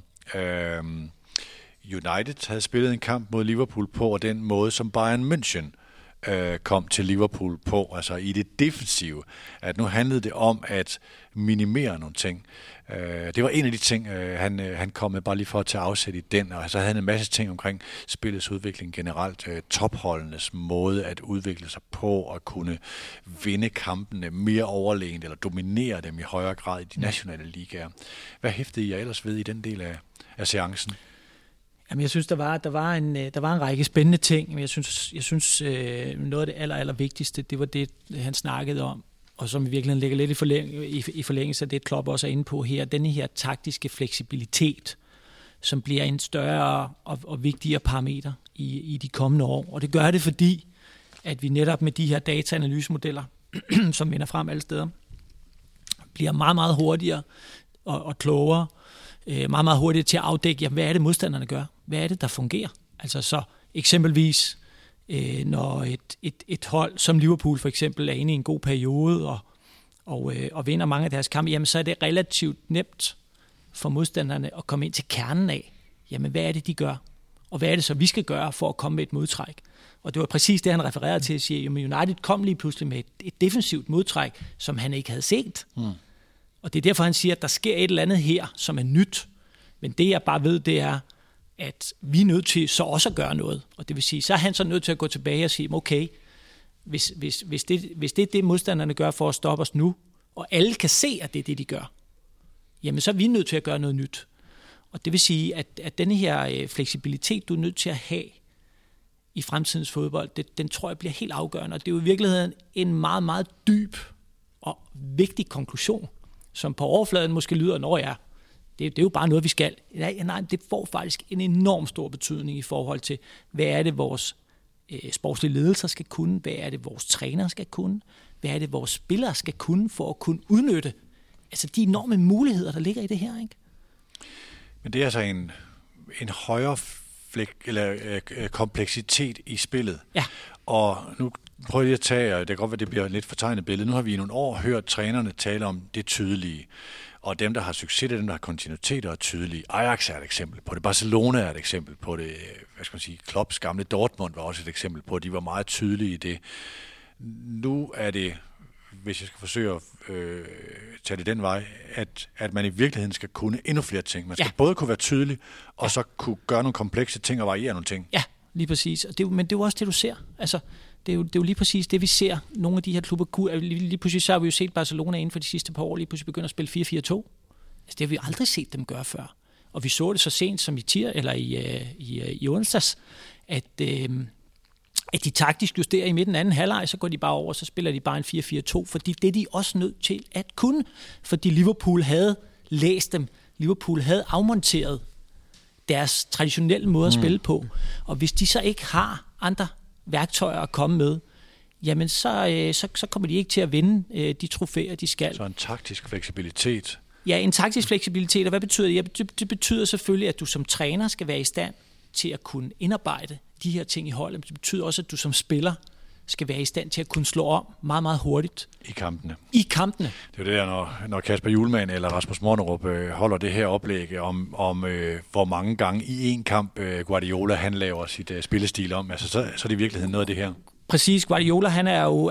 United havde spillet en kamp mod Liverpool på, og den måde, som Bayern München kom til Liverpool på, altså i det defensive, at nu handlede det om at minimere nogle ting. Det var en af de ting, han kom med, bare lige for at tage afsæt i den, og så havde han en masse ting omkring spillets udvikling generelt, topholdenes måde at udvikle sig på, og kunne vinde kampene mere overlegent, eller dominere dem i højere grad i de nationale ligaer. Hvad hæftede I ellers ved i den del af seancen? Jamen, jeg synes, der var en række spændende ting, men jeg synes noget af det aller vigtigste, det var det, han snakkede om, og som i virkeligheden ligger lidt i forlængelse af det, Klopp også er inde på her, denne her taktiske fleksibilitet, som bliver en større og vigtigere parameter i de kommende år. Og det gør det, fordi at vi netop med de her dataanalysemodeller, som vinder frem alle steder, bliver meget, meget hurtigere og klogere, meget, meget hurtigere til at afdække, jamen, hvad er det modstanderne gør? Hvad er det, der fungerer? Altså så eksempelvis, når et hold som Liverpool for eksempel er inde i en god periode og vinder mange af deres kampe, jamen så er det relativt nemt for modstanderne at komme ind til kernen af, jamen hvad er det, de gør? Og hvad er det så, vi skal gøre for at komme med et modtræk? Og det var præcis det, han refererede til at sige, at United kom lige pludselig med et defensivt modtræk, som han ikke havde set. Og det er derfor, han siger, at der sker et eller andet her, som er nyt. Men det, jeg bare ved, det er, at vi er nødt til så også at gøre noget. Og det vil sige, så er han så nødt til at gå tilbage og sige, okay, hvis det er det, modstanderne gør for at stoppe os nu, og alle kan se, at det er det, de gør, jamen så er vi nødt til at gøre noget nyt. Og det vil sige, at denne her fleksibilitet, du er nødt til at have i fremtidens fodbold, den tror jeg bliver helt afgørende. Og det er jo i virkeligheden en meget, meget dyb og vigtig konklusion, som på overfladen måske lyder, når jeg det er jo bare noget, vi skal. Nej, det får faktisk en enorm stor betydning i forhold til, hvad er det, vores sportslige ledelser skal kunne, hvad er det, vores trænere skal kunne, hvad er det, vores spillere skal kunne, for at kunne udnytte altså de enorme muligheder, der ligger i det her, ikke? Men det er altså en højere kompleksitet i spillet. Ja. Og nu prøver jeg at tage, og det kan godt være, det bliver et lidt fortegnet billede. Nu har vi i nogle år hørt trænerne tale om det tydelige. Og dem, der har succes, dem, der har kontinuitet og er tydelige. Ajax er et eksempel på det. Barcelona er et eksempel på det. Hvad skal man sige? Klopps gamle Dortmund var også et eksempel på, at de var meget tydelige i det. Nu er det hvis jeg skal forsøge at tage det den vej, at man i virkeligheden skal kunne endnu flere ting. Man skal både kunne være tydelig, og så kunne gøre nogle komplekse ting og variere nogle ting. Ja, lige præcis. Men det er jo også det, du ser. Altså, det er jo lige præcis det, vi ser. Nogle af de her klubber, lige pludselig så har vi jo set Barcelona inden for de sidste par år, lige pludselig begynde at spille 4-4-2. Altså, det har vi aldrig set dem gøre før. Og vi så det så sent som i onsdags, at de taktisk justerer i midten af anden halvleg, så går de bare over, så spiller de bare en 4-4-2, fordi det er de også nødt til at kunne, fordi Liverpool havde læst dem. Liverpool havde afmonteret deres traditionelle måde at spille på, og hvis de så ikke har andre værktøjer at komme med, jamen så kommer de ikke til at vinde de trofæer, de skal. Så en taktisk fleksibilitet. Ja, en taktisk fleksibilitet, og hvad betyder det? Ja, det betyder selvfølgelig, at du som træner skal være i stand til at kunne indarbejde de her ting i holdet. Det betyder også, at du som spiller skal være i stand til at kunne slå om meget, meget hurtigt. I kampene. Det er jo det der, når Kasper Hjulmand eller Rasmus Mornerup holder det her oplæg om hvor mange gange i en kamp Guardiola han laver sit spillestil om. Altså, så er det i virkeligheden noget af det her. Præcis. Guardiola, han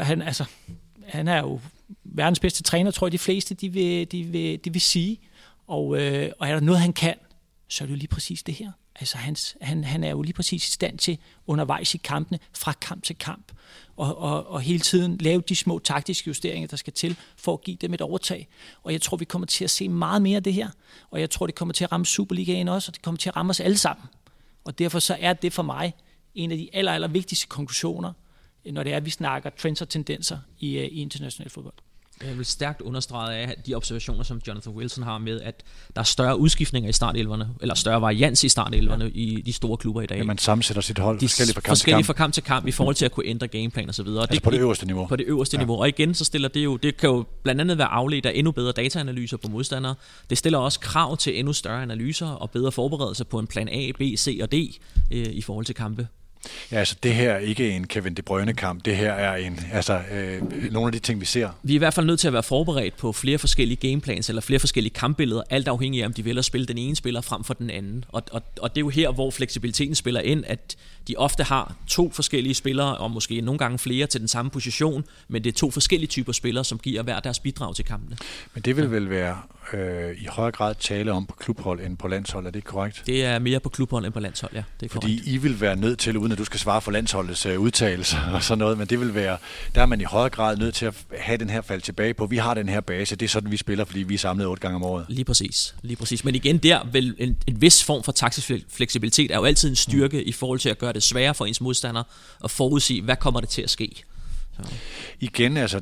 er jo verdens bedste træner, tror jeg, de fleste de vil sige. Og er der noget, han kan, så er det jo lige præcis det her. Altså han er jo lige præcis i stand til undervejs i kampene, fra kamp til kamp, og hele tiden lave de små taktiske justeringer, der skal til, for at give dem et overtag. Og jeg tror, vi kommer til at se meget mere af det her, og jeg tror, det kommer til at ramme Superligaen også, og det kommer til at ramme os alle sammen. Og derfor så er det for mig en af de aller vigtigste konklusioner, når det er, at vi snakker trends og tendenser i international fodbold. Jeg vil stærkt understrege af de observationer, som Jonathan Wilson har med, at der er større udskiftninger i startelverne, eller større varians i startelverne i de store klubber i dag. Ja, man sammensætter sit hold forskelligt fra kamp til kamp i forhold til at kunne ændre gameplan og så videre. Altså på det øverste niveau. På det øverste niveau. Og igen, så stiller det kan jo blandt andet være afledt af endnu bedre dataanalyser på modstandere. Det stiller også krav til endnu større analyser og bedre forberedelser på en plan A, B, C og D i forhold til kampe. Ja, altså det her er ikke en Kevin De Bruyne-kamp. Det her er nogle af de ting, vi ser. Vi er i hvert fald nødt til at være forberedt på flere forskellige gameplans eller flere forskellige kampbilleder, alt afhængig af, om de vælger at spille den ene spiller frem for den anden. Og det er jo her, hvor fleksibiliteten spiller ind, at de ofte har to forskellige spillere, og måske nogle gange flere til den samme position, men det er to forskellige typer spillere, som giver hver deres bidrag til kampene. Men det vil vel være i højere grad tale om på klubhold end på landshold, er det ikke korrekt? Det er mere på klubhold end på landshold, ja. Det er fordi korrekt. I vil være nødt til, uden at du skal svare for landsholdets udtalelser og sådan noget, men det vil være, der er man i højere grad nødt til at have den her fald tilbage på. Vi har den her base, det er sådan, vi spiller, fordi vi er samlet 8 gange om året. Lige præcis. Men igen, der vil en vis form for taktisk fleksibilitet er jo altid en styrke i forhold til at gøre det sværere for ens modstander at forudsige, hvad kommer det til at ske. Så. Igen, altså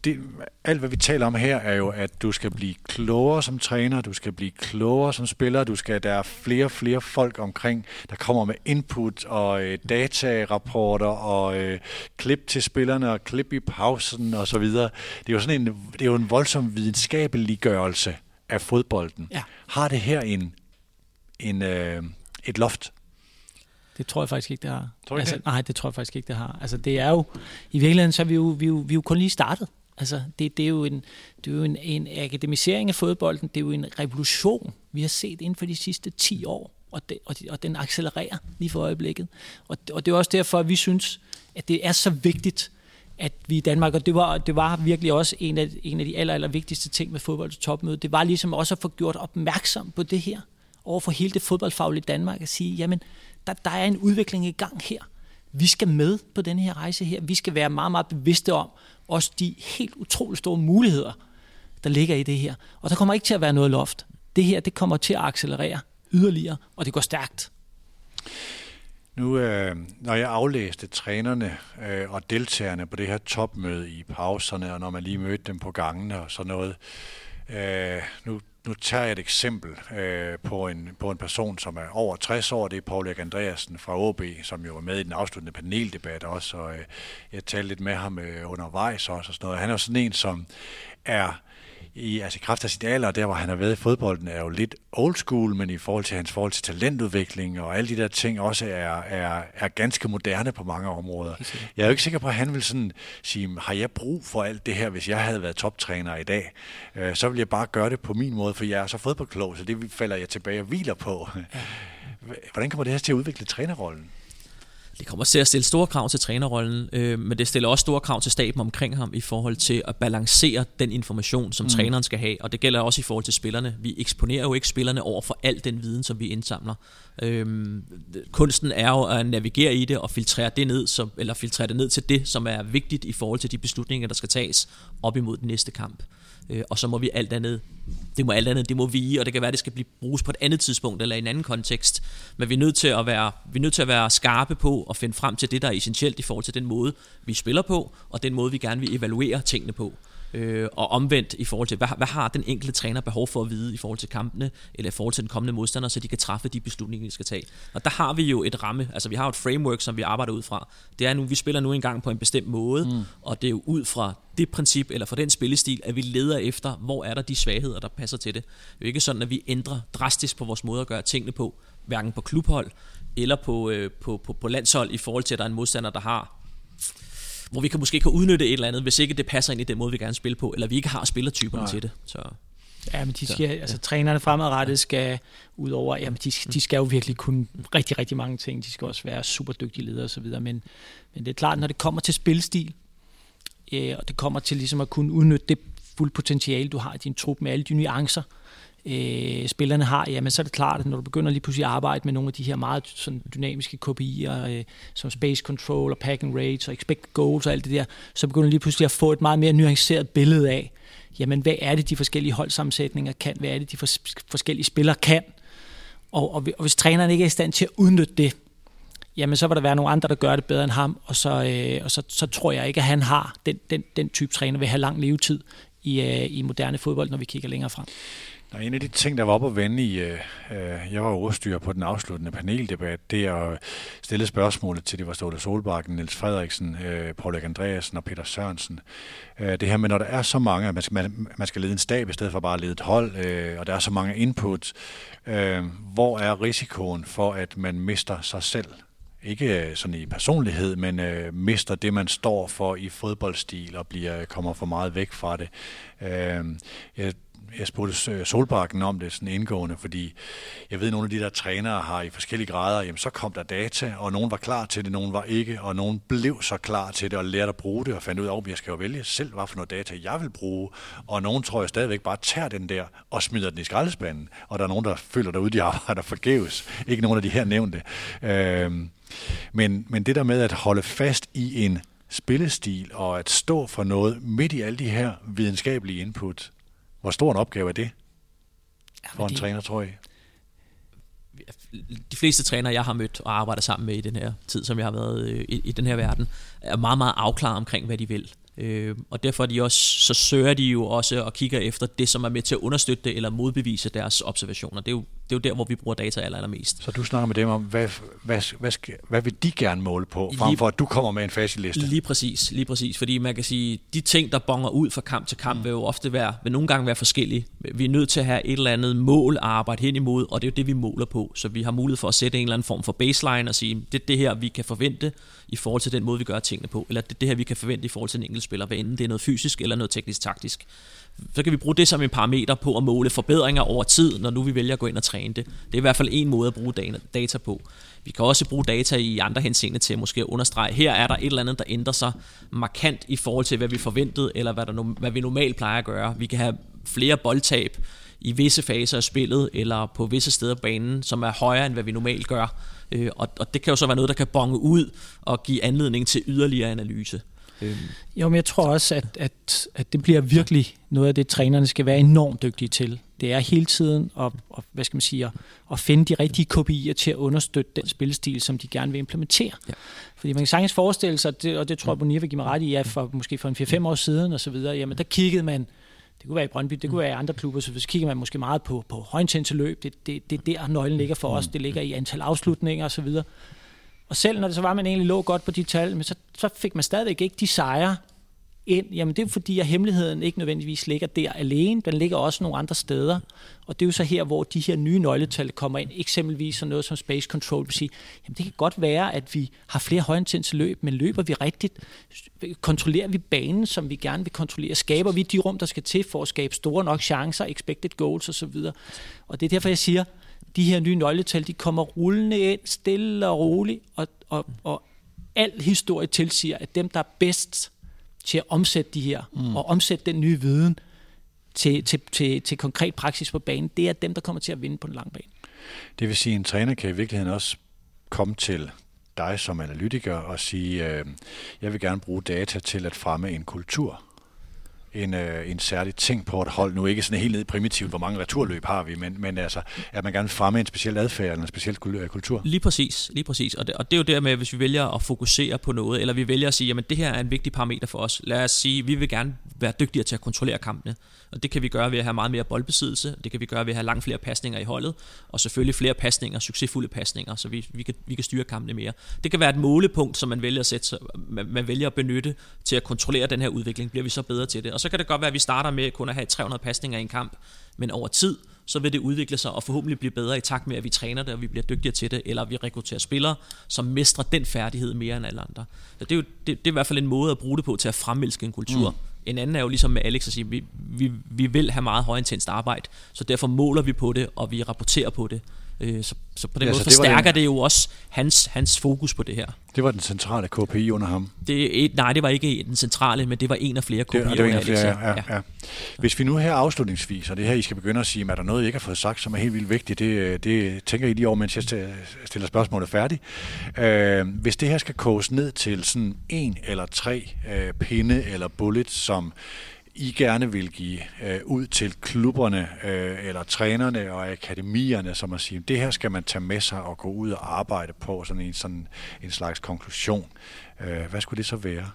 alt hvad vi taler om her er jo, at du skal blive klogere som træner, du skal blive klogere som spiller, der er flere folk omkring, der kommer med input og datarapporter og klip til spillerne og klip i pausen og så videre. Det er jo en voldsom videnskabeliggørelse af fodbolden. Ja. Har det her et loft? Det tror jeg faktisk ikke, det har. Tror du ikke det? Nej, det tror jeg faktisk ikke, det har. Altså, det er jo, i virkeligheden, så er vi jo kun lige startet. Altså, det er jo en akademisering af fodbolden, det er jo en revolution, vi har set inden for de sidste 10 år, og den accelererer lige for øjeblikket. Og det er også derfor, at vi synes, at det er så vigtigt, at vi i Danmark, og det var virkelig også en af de aller vigtigste ting med fodboldens topmøde, det var ligesom også at få gjort opmærksom på det her, over for hele det fodboldfaglige Danmark, at sige, jamen, der er en udvikling i gang her. Vi skal med på denne her rejse her. Vi skal være meget, meget bevidste om også de helt utroligt store muligheder, der ligger i det her. Og der kommer ikke til at være noget loft. Det her, det kommer til at accelerere yderligere, og det går stærkt. Nu, når jeg aflæste trænerne og deltagerne på det her topmøde i pauserne, og når man lige mødte dem på gangene og sådan noget, nu tager jeg et eksempel på en person, som er over 60 år. Det er Paul Erik Andreasen fra AB, som jo er med i den afsluttende paneldebat også. Og jeg talte lidt med ham undervejs også og sådan noget. Han er jo sådan en, som er i kraft af sit alder, der hvor han har været i fodbolden, er jo lidt old school, men i forhold til hans forhold til talentudvikling og alle de der ting også er ganske moderne på mange områder. Jeg er jo ikke sikker på, at han vil sådan sige, har jeg brug for alt det her, hvis jeg havde været toptræner i dag? Så vil jeg bare gøre det på min måde, for jeg er så fodboldklog, så det falder jeg tilbage og hviler på. Hvordan kommer det her til at udvikle trænerrollen? Det kommer til at stille store krav til trænerrollen, men det stiller også store krav til staben omkring ham i forhold til at balancere den information, som træneren skal have, og det gælder også i forhold til spillerne. Vi eksponerer jo ikke spillerne over for al den viden, som vi indsamler. Kunsten er jo at navigere i det og filtrere det ned til det, som er vigtigt i forhold til de beslutninger, der skal tages op imod den næste kamp. Og så må vi alt andet vige, og det kan være, at det skal bruges på et andet tidspunkt eller i en anden kontekst, men vi er nødt til at være skarpe på og finde frem til det, der er essentielt i forhold til den måde, vi spiller på, og den måde, vi gerne vil evaluere tingene på. Og omvendt i forhold til, hvad har den enkelte træner behov for at vide i forhold til kampene, eller i forhold til den kommende modstander, så de kan træffe de beslutninger, de skal tage. Og der har vi jo et ramme, altså vi har et framework, som vi arbejder ud fra. Det er nu, vi spiller nu engang på en bestemt måde, og det er jo ud fra det princip, eller fra den spillestil, at vi leder efter, hvor er der de svagheder, der passer til det. Det er jo ikke sådan, at vi ændrer drastisk på vores måde at gøre tingene på, hverken på klubhold, eller på landshold, i forhold til, at der er en modstander, der har hvor vi måske kan udnytte et eller andet, hvis ikke det passer ind i den måde, vi gerne spille på, eller vi ikke har spillertyperne til det. Så. Ja, men trænerne fremadrettet skal, udover, jamen de skal jo virkelig kunne rigtig, rigtig mange ting. De skal også være super dygtige ledere og så videre, men det er klart, når det kommer til spilstil, og det kommer til ligesom at kunne udnytte det fulde potentiale, du har i din trup med alle de nuancer, spillerne har, jamen så er det klart, at når du begynder lige pludselig at arbejde med nogle af de her meget sådan dynamiske KPI'er, som space control og packing rates og expected goals og alt det der, så begynder du lige pludselig at få et meget mere nuanceret billede af, jamen hvad er det, de forskellige holdsammensætninger kan, hvad er det, de forskellige spillere kan, og hvis træneren ikke er i stand til at udnytte det, jamen så vil der være nogle andre, der gør det bedre end ham, og så tror jeg ikke, at han har den type træner vil have lang levetid i moderne fodbold, når vi kigger længere frem. Og en af de ting, der var op at vende i, jeg var ordstyrer på den afsluttende paneldebat, det er at stille spørgsmålet til, det var Ståle Solbakken, Niels Frederiksen, Paul Erik Andreasen og Peter Sørensen. Det her med, når der er så mange, at man skal lede en stab i stedet for bare at lede et hold, og der er så mange input, hvor er risikoen for, at man mister sig selv? Ikke sådan i personlighed, men mister det, man står for i fodboldstil og kommer for meget væk fra det. Jeg spurgte Solbakken om det sådan indgående, fordi jeg ved, at nogle af de der trænere har i forskellige grader, jamen så kom der data, og nogen var klar til det, nogen var ikke, og nogen blev så klar til det og lærte at bruge det og fandt ud af, at jeg skal jo vælge selv, hvad for noget data jeg vil bruge, og nogen tror jeg stadigvæk bare tager den der og smider den i skraldespanden, og der er nogen, der føler derude, de arbejder forgæves. Ikke nogen af de her nævnte. Men det der med at holde fast i en spillestil og at stå for noget midt i alle de her videnskabelige input, hvor stor en opgave er det for en træner, tror jeg? De fleste trænere, jeg har mødt og arbejdet sammen med i den her tid, som jeg har været i den her verden, er meget, meget afklaret omkring, hvad de vil. Og derfor er de også, så søger de jo også og kigger efter det, som er med til at understøtte det eller modbevise deres observationer. Det er jo der, hvor vi bruger data allermest. Så du snakker med dem om, hvad vil de gerne måle på, frem for at du kommer med en facitliste? Lige præcis, fordi man kan sige, de ting, der bonger ud fra kamp til kamp, vil jo ofte vil nogle gange være forskellige. Vi er nødt til at have et eller andet mål at arbejde hen imod, og det er jo det, vi måler på. Så vi har mulighed for at sætte en eller anden form for baseline og sige, det er det her, vi kan forvente i forhold til den måde, vi gør tingene på, eller det er det her, vi kan forvente i forhold til en enkelt spiller, hvad enten det er noget fysisk eller noget teknisk-taktisk. Så kan vi bruge det som en parameter på at måle forbedringer over tid, når nu vi vælger at gå ind og træne det. Det er i hvert fald en måde at bruge data på. Vi kan også bruge data i andre henseender til at måske understrege, her er der et eller andet, der ændrer sig markant i forhold til, hvad vi forventede, eller hvad vi normalt plejer at gøre. Vi kan have flere boldtab i visse faser af spillet, eller på visse steder på banen, som er højere, end hvad vi normalt gør. Og det kan jo så være noget, der kan bonge ud og give anledning til yderligere analyse. Jo, men jeg tror også, at det bliver virkelig noget af det, trænerne skal være enormt dygtige til. Det er hele tiden at finde de rigtige KPI'er til at understøtte den spillestil, som de gerne vil implementere. Ja. Fordi man kan sagtens forestille sig, og det tror jeg, Bonnier vil give mig ret i, måske for en 4-5 år siden og så videre, jamen der kiggede man, det kunne være i Brøndby, det kunne være i andre klubber, så kigger man måske meget på højintense løb. Det er der, nøglen ligger for os. Det ligger i antal afslutninger og så videre. Og selv når det så var, man egentlig lå godt på de tal, men så fik man stadigvæk ikke de sejre ind. Jamen det er fordi, at hemmeligheden ikke nødvendigvis ligger der alene. Den ligger også nogle andre steder. Og det er jo så her, hvor de her nye nøgletal kommer ind. Eksempelvis sådan noget som space control vil sige, jamen det kan godt være, at vi har flere højintense løb, men løber vi rigtigt? Kontrollerer vi banen, som vi gerne vil kontrollere? Skaber vi de rum, der skal til for at skabe store nok chancer, expected goals osv.? Og det er derfor, jeg siger, de her nye nøgletal, de kommer rullende ind, stille og roligt, og al historie tilsiger, at dem, der er bedst til at omsætte de her, og omsætte den nye viden til konkret praksis på banen, det er dem, der kommer til at vinde på den lange bane. Det vil sige, at en træner kan i virkeligheden også komme til dig som analytiker og sige, jeg vil gerne bruge data til at fremme en kultur. En særlig ting på et hold. Nu ikke sådan helt ned primitivt, hvor mange returløb har vi, men altså, at man gerne vil fremme en speciel adfærd eller en speciel kultur. Lige præcis. Og det er jo dermed, hvis vi vælger at fokusere på noget, eller vi vælger at sige, jamen det her er en vigtig parameter for os. Lad os sige, vi vil gerne være dygtigere til at kontrollere kampene. Og det kan vi gøre ved at have meget mere boldbesiddelse, det kan vi gøre ved at have langt flere pasninger i holdet, og selvfølgelig flere pasninger, succesfulde pasninger, så vi kan styre kampene mere. Det kan være et målepunkt, som man vælger at sætte, man vælger at benytte til at kontrollere den her udvikling. Bliver vi så bedre til det? Og så kan det godt være, at vi starter med kun at have 300 pasninger i en kamp, men over tid, så vil det udvikle sig og forhåbentlig blive bedre i takt med, at vi træner det, og vi bliver dygtigere til det, eller vi rekrutterer spillere, som mestrer den færdighed mere end alle andre. Så det er i hvert fald en måde at bruge det på til at fremelske en kultur. En anden er jo ligesom med Alex at sige, vi vil have meget højintenst arbejde, så derfor måler vi på det, og vi rapporterer på det. Så på den måde forstærker det jo også hans fokus på det her. Det var den centrale KPI under ham? Nej, det var ikke den centrale, men det var en af flere KPI'er under Alex. Ja. Hvis vi nu her afslutningsvis, og det her I skal begynde at sige, er der noget, I ikke har fået sagt, som er helt vildt vigtigt, det tænker I lige over, mens jeg stiller spørgsmålet færdigt. Hvis det her skal koges ned til sådan 1 eller 3 pinde eller bullet, som I gerne vil give ud til klubberne eller trænerne og akademierne, som at sige, det her skal man tage med sig og gå ud og arbejde på, sådan en slags konklusion. Hvad skulle det så være?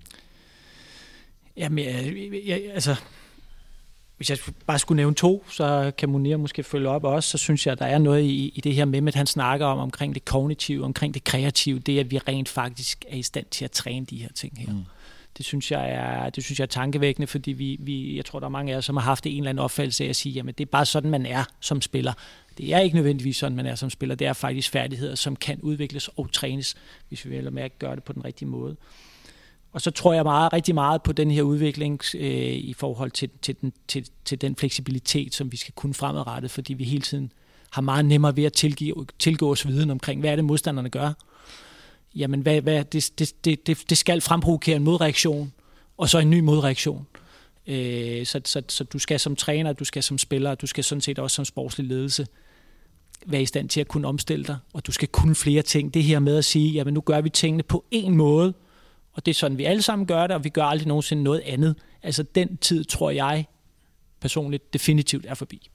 Jamen, altså, hvis jeg bare skulle nævne 2, så kan Munir måske følge op også, så synes jeg, der er noget i det her med, at han snakker omkring det kognitive, omkring det kreative, det at vi rent faktisk er i stand til at træne de her ting her. Det synes jeg er tankevækkende, fordi jeg tror, der er mange af os, som har haft en eller anden opfattelse af at sige, jamen det er bare sådan, man er som spiller. Det er ikke nødvendigvis sådan, man er som spiller. Det er faktisk færdigheder, som kan udvikles og trænes, hvis vi vel og mærke gøre det på den rigtige måde. Og så tror jeg rigtig meget på den her udvikling i forhold til den fleksibilitet, som vi skal kunne fremadrettet, fordi vi hele tiden har meget nemmere ved at tilgå os viden omkring, hvad er det modstanderne gør. Jamen, det skal fremprovokere en modreaktion, og så en ny modreaktion. Så du skal som træner, du skal som spiller, du skal sådan set også som sportslig ledelse være i stand til at kunne omstille dig, og du skal kunne flere ting. Det her med at sige, jamen nu gør vi tingene på en måde, og det er sådan, vi alle sammen gør det, og vi gør aldrig nogensinde noget andet. Altså den tid, tror jeg personligt definitivt er forbi.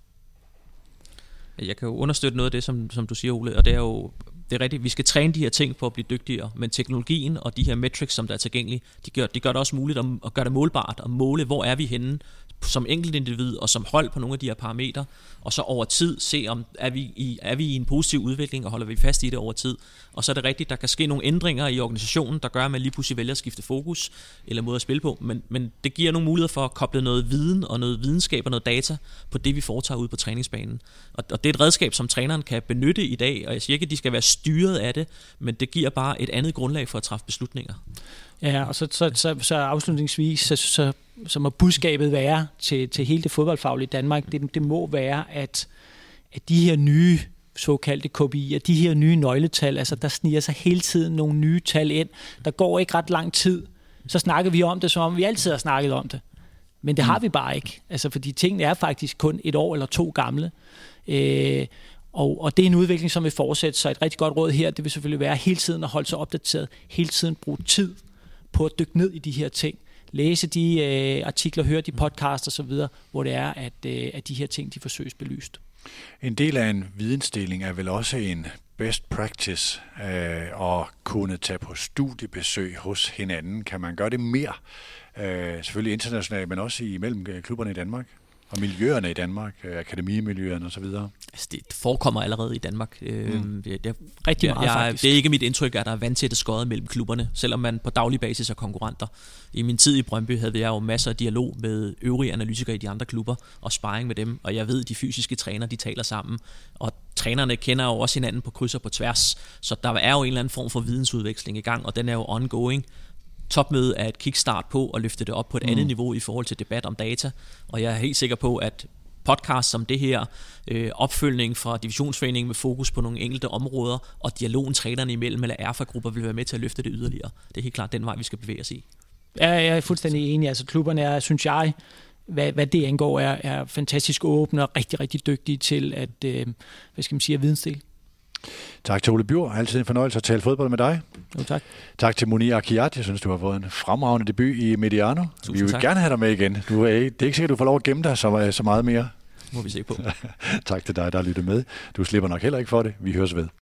Jeg kan jo understøtte noget af det, som du siger, Ole, og det er jo det er rigtigt, vi skal træne de her ting for at blive dygtigere, men teknologien og de her metrics, som der er tilgængelige, de gør det også muligt at gøre det målbart, og måle, hvor er vi henne som enkelt individ og som hold på nogle af de her parametre, og så over tid se, om er vi i en positiv udvikling, og holder vi fast i det over tid. Og så er det rigtigt, der kan ske nogle ændringer i organisationen, der gør, at man lige pludselig vælger at skifte fokus eller måde at spille på, men det giver nogle muligheder for at koble noget viden og noget videnskab og noget data på det, vi foretager ude på træningsbanen. Og det er et redskab, som træneren kan benytte i dag, og jeg siger ikke, at de skal være styret af det, men det giver bare et andet grundlag for at træffe beslutninger. Ja, og så afslutningsvis, så må budskabet være til hele det fodboldfaglige Danmark, det må være, at de her nye såkaldte KPI'er, de her nye nøgletal, altså der sniger sig hele tiden nogle nye tal ind. Der går ikke ret lang tid, så snakker vi om det, som om vi altid har snakket om det. Men det har vi bare ikke, altså fordi tingene er faktisk kun 1 år eller 2 gamle. Og det er en udvikling, som vil fortsætte, så et rigtig godt råd her, det vil selvfølgelig være hele tiden at holde sig opdateret, hele tiden bruge tid på at dykke ned i de her ting, læse de artikler, høre de podcasts og så videre, hvor det er, at de her ting, de forsøges belyst. En del af en vidensdeling er vel også en best practice at kunne tage på studiebesøg hos hinanden. Kan man gøre det mere? Selvfølgelig internationalt, men også imellem klubberne i Danmark? Og miljøerne i Danmark, akademimiljøerne osv.? Altså det forekommer allerede i Danmark. Rigtig meget faktisk. Det er ikke mit indtryk, at der er vandtætte skåret mellem klubberne, selvom man på daglig basis er konkurrenter. I min tid i Brøndby havde jeg jo masser af dialog med øvrige analytikere i de andre klubber, og sparring med dem, og jeg ved, at de fysiske trænere, de taler sammen, og trænerne kender jo også hinanden på kryds og på tværs, så der er jo en eller anden form for vidensudveksling i gang, og den er jo ongoing. Topmøde er et kickstart på at løfte det op på et andet niveau i forhold til debat om data, og jeg er helt sikker på, at podcast som det her, opfølgning fra divisionsforeningen med fokus på nogle enkelte områder, og dialogen trænerne imellem eller erfagrupper vil være med til at løfte det yderligere. Det er helt klart den vej, vi skal bevæge os i. Ja, jeg er fuldstændig enig. Altså klubberne er, synes jeg, hvad det angår, er fantastisk åbne og rigtig, rigtig dygtige til at, at vidensdele. Tak til Ole Bjur. Altid en fornøjelse at tale fodbold med dig. Jo, tak. Tak til Munir Akiat. Jeg synes, du har fået en fremragende debut i Mediano. Vi vil gerne have dig med igen. Det er ikke sikkert, du får lov at gemme dig så meget mere. Må vi se på. Tak til dig, der har lyttet med. Du slipper nok heller ikke for det. Vi høres ved.